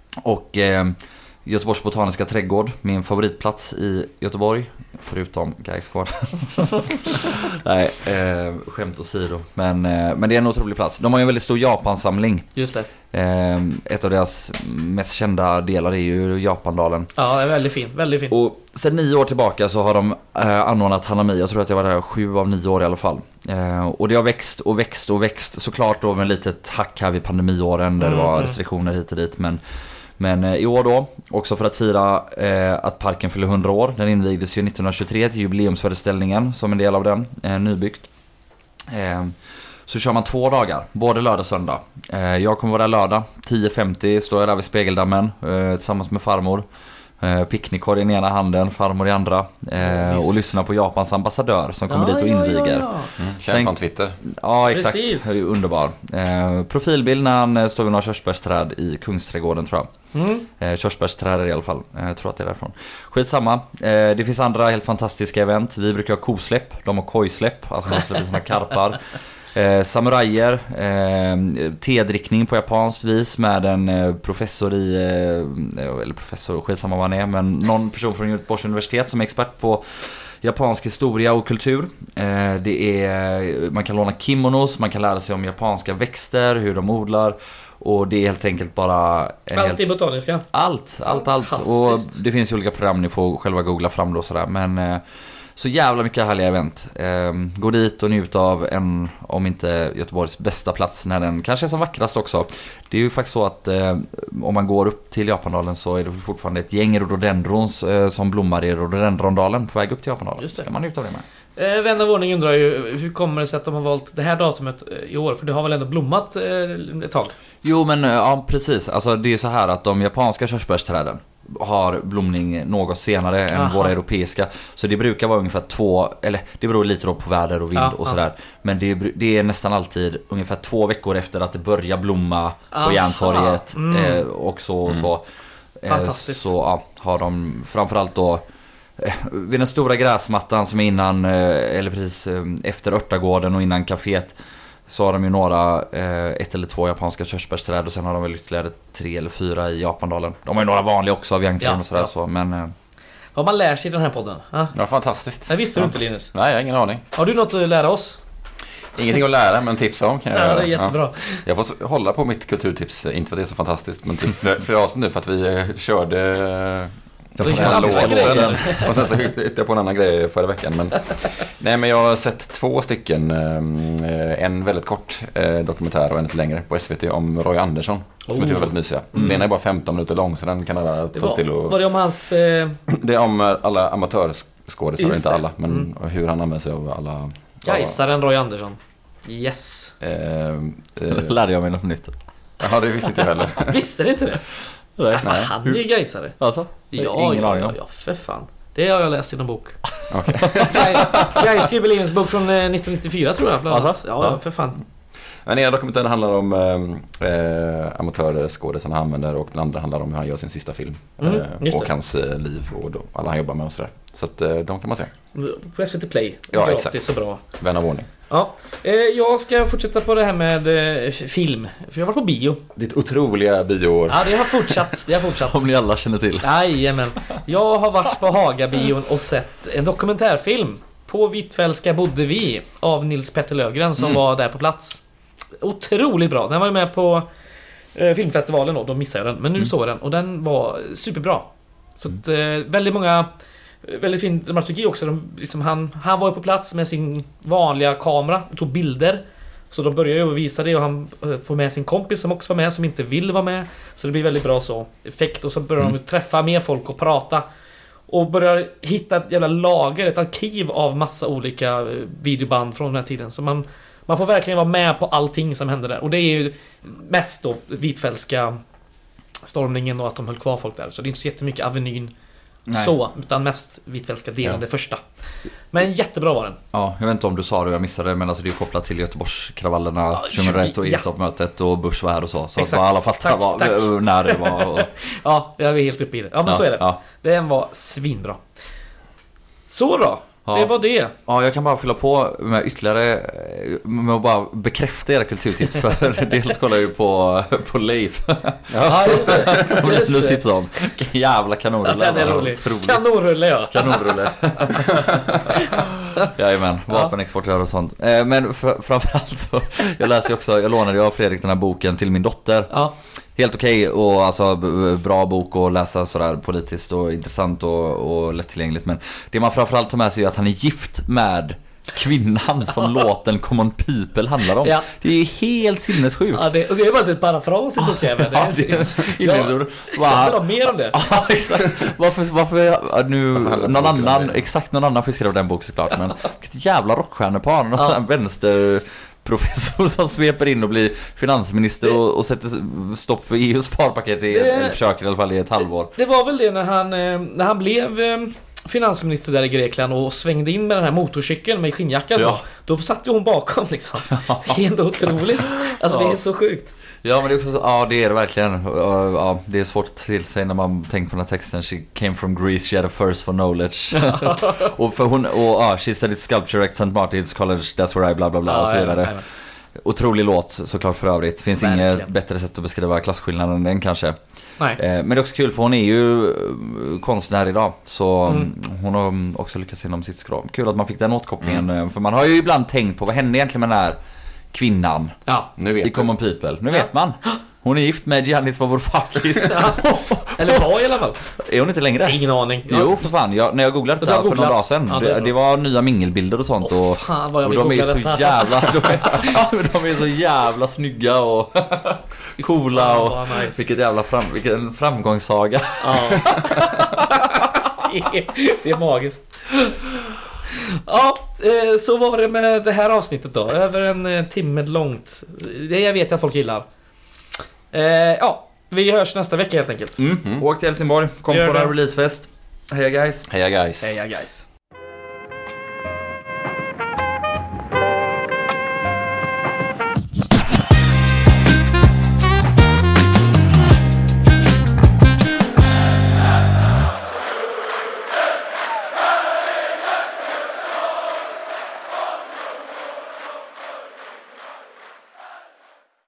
Göteborgs botaniska trädgård, min favoritplats i Göteborg, förutom Gaisgård. Nej, skämt åsido. Men det är en otrolig plats. De har ju en väldigt stor Japansamling. Just det. Ett av deras mest kända delar är ju Japandalen. Ja, det är väldigt fin, väldigt fin. Och sedan 9 år tillbaka så har de anordnat Hanami. Jag tror att jag var där 7 av 9 år i alla fall. Och det har växt och växt och växt. Såklart då med litet hack här vid pandemiåren där det var restriktioner hit och dit. Men i år då, också för att fira att parken fyller 100 år. Den invigdes ju 1923 till jubileumsföreställningen som en del av den, nybyggt. Så kör man 2 dagar, både lördag och söndag. Jag kommer vara där lördag, 10.50 står jag där vid Spegeldammen tillsammans med farmor. Picknickkorg i ena handen, farmor i andra. Och lyssnar på Japans ambassadör som kommer dit och inviger. Känd från Twitter. Ja, exakt. Precis. Det är underbar. Profilbild när han står vid några körsbärsträd i Kungsträdgården, tror jag. Körsbärsträd i alla fall. Jag tror att det är därifrån. Skitsamma. Det finns andra helt fantastiska event. Vi brukar ha kosläpp. De har kojsläpp. Alltså man släpper sina karpar. Samurajer, tedrickning på japanskt vis med en professor eller professor, skitsamma vad han är, men någon person från Göteborgs universitet som är expert på japansk historia och kultur. Man kan låna kimonos, man kan lära sig om japanska växter, hur de odlar, och det är helt enkelt bara allt i botaniska. Allt. Och det finns ju olika program, ni får själva googla fram då sådär, men så jävla mycket härliga event. Gå dit och njut av en, om inte Göteborgs bästa plats, när den kanske är som vackrast också. Det är ju faktiskt så att om man går upp till Japandalen så är det fortfarande ett gäng rhododendrons som blommar i rhododendrondalen på väg upp till Japandalen. Just det. Ska man njuta av det med. Vän av ordning undrar ju, hur kommer det sig att de har valt det här datumet i år? För det har väl ändå blommat ett tag? Jo, men ja, precis. Alltså det är så här att de japanska körsbärsträden har blomning något senare än våra europeiska. Så det brukar vara ungefär 2, eller det beror lite då på väder och vind och sådär. Men det är nästan alltid ungefär 2 veckor efter att det börjar blomma på Järntorget och så. Fantastiskt. Så har de framförallt då vid den stora gräsmattan som är innan, eller precis efter örtagården och innan kaféet, så har de ju några 1 eller 2 japanska körsbärsträd, och sen har de väl ytterligare 3 eller 4 i Japandalen. De har ju några vanliga också av Yangtze och sådär. Så, men vad man lär sig i den här podden. Ja, fantastiskt. Det visste du inte, Linus. Nej, jag har ingen aning. Har du något att lära oss? Ingenting att lära, men tips om kan jag göra. Det är jättebra. Ja. Jag får hålla på mitt kulturtips, inte för att det är så fantastiskt, men typ flera avsnitt nu, för att vi körde Den Det är fantastiska grejer. låten. Och sen så hittade jag på en annan grej förra veckan. Men, nej, men jag har sett 2 stycken. En väldigt kort dokumentär och en lite längre på SVT om Roy Andersson. Som jag tycker var väldigt mysiga. Den ena är bara 15 minuter lång, så den kan alla ta till. Var det om hans... Det är om alla amatörskådespelare, inte alla. Men hur han använder sig av alla... Gaisaren Roy Andersson. Yes. Lärde jag mig något nytt. Ja, det visste inte jag heller. Visste ni inte det? Nej. Fan, han är ju gaisare. Alltså? Ingen aning om. Ja, för fan. Det har jag läst i någon bok. Okej. Gais jubileumsbok från 1994 tror jag bland annat. Alltså? Ja, för fan. Den ena dokumentären handlar om amatörskådespelare han använder, och den andra handlar om hur han gör sin sista film. just Och det. hans liv och då, alla han jobbar med och sådär. Så att de kan man se. På SVT Play. Ja, Gratis, exakt. Det är så bra. Vän av ordning. Ja. Jag ska fortsätta på det här med film. För jag var på bio. Ditt otroliga bioår. Ja, det har fortsatt. Som ni alla känner till. Jajamän. Jag har varit på Hagabion och sett en dokumentärfilm. På Hvitfeldtska bodde vi av Nils Petter Löfgren som var där på plats. Otroligt bra. Den var ju med på filmfestivalen då missade jag den. Men nu såg jag den och den var superbra. Så att, väldigt många... Väldigt fin dramaturgi också. Han var ju på plats med sin vanliga kamera och tog bilder. Så de börjar ju visa det och han får med sin kompis som också var med, som inte vill vara med. Så det blir väldigt bra så effekt. Och så börjar de träffa mer folk och prata. Och börjar hitta ett jävla lager, ett arkiv av massa olika videoband från den här tiden. Så man får verkligen vara med på allting som hände där. Och det är ju mest då Hvitfeldtska stormningen och att de höll kvar folk där. Så det är inte så jättemycket Avenyn. Nej. Så, utan mest Hvitfeldtska delen, det första. Men jättebra var den. Ja, jag vet inte om du sa det, jag missade det, men alltså det är ju kopplat till Göteborgskravallerna 2001 och E-toppmötet och Bush var här och så. Så Exakt. att alla fattar Tack. när det var. Och... Ja, jag är helt uppe i det. Ja, men så är det. Ja. Den var svinbra. Så då, Ja. det var det. Ja, jag kan bara fylla på med ytterligare, med att bara bekräfta era kulturtips. För dels kollar jag ju på Leif. Ja, just det. Som Just Linus det. tipsade om. Jävla kanonrulle. Ja, den är rolig. Otroligt. Kanonrulle, ja. Kanonrulle. Jajamän, vapenexportör och sånt. Men framförallt så, jag lånade ju av Fredrik den här boken till min dotter. Ja. Helt okej, och alltså bra bok att läsa sådär politiskt och intressant och lättillgängligt. Men det man framförallt tar med sig är att han är gift med kvinnan som låten Common People handlar om. Ja. Det är helt sinnessjukt. Ja, det är bara ett parafras i boken. Ja, det är Jag vill ha mer om det. Ja, exakt. Varför nu någon annan, exakt någon annan får skriva den boken såklart, men vilket jävla rockstjärnepar, någon sån här vänsterprofessor som sveper in och blir finansminister och sätter stopp för EUs sparpaket eller försöker i alla fall i ett halvår. Det var väl det när han blev finansminister där i Grekland och svängde in med den här motorcykeln med skinnjacka och så. Ja. Då satt ju hon bakom liksom. Det är ändå otroligt. Alltså det är så sjukt. Ja, men det är också så, ja, det är det verkligen. Ja, det är svårt till sig när man tänker på den här texten. She came from Greece, she had a thirst for knowledge. Och för hon, she studied sculpture at St. Martin's College, that's where I bla bla bla och så vidare. Otrolig låt såklart för övrigt. Finns inget bättre sätt att beskriva klasskillnaden än den kanske. Nej. Men det är också kul för hon är ju konstnär idag. Så hon har också lyckats inom sitt skrov. Kul att man fick den återkopplingen. För man har ju ibland tänkt på vad hände egentligen med den här kvinnan Nu vet i Common People. Nu vet man. Hon är gift med Giannis Varoufakis. Eller var i alla fall. Är hon inte längre? Ingen aning. Jo, för fan. När jag googlade det för några dagar sedan. Det var nya mingelbilder och sånt. Fan, vad jag och vill de är googla så detta. jävla de är så jävla snygga och coola och vad nice. vilken framgångssaga. Ja. det är magiskt. Ja, så var det med det här avsnittet då. Över en timme långt. Det jag vet att folk gillar. Ja, vi hörs nästa vecka helt enkelt. Åk till Helsingborg. Kom på en releasefest. Heja guys. Heja guys. Heja guys.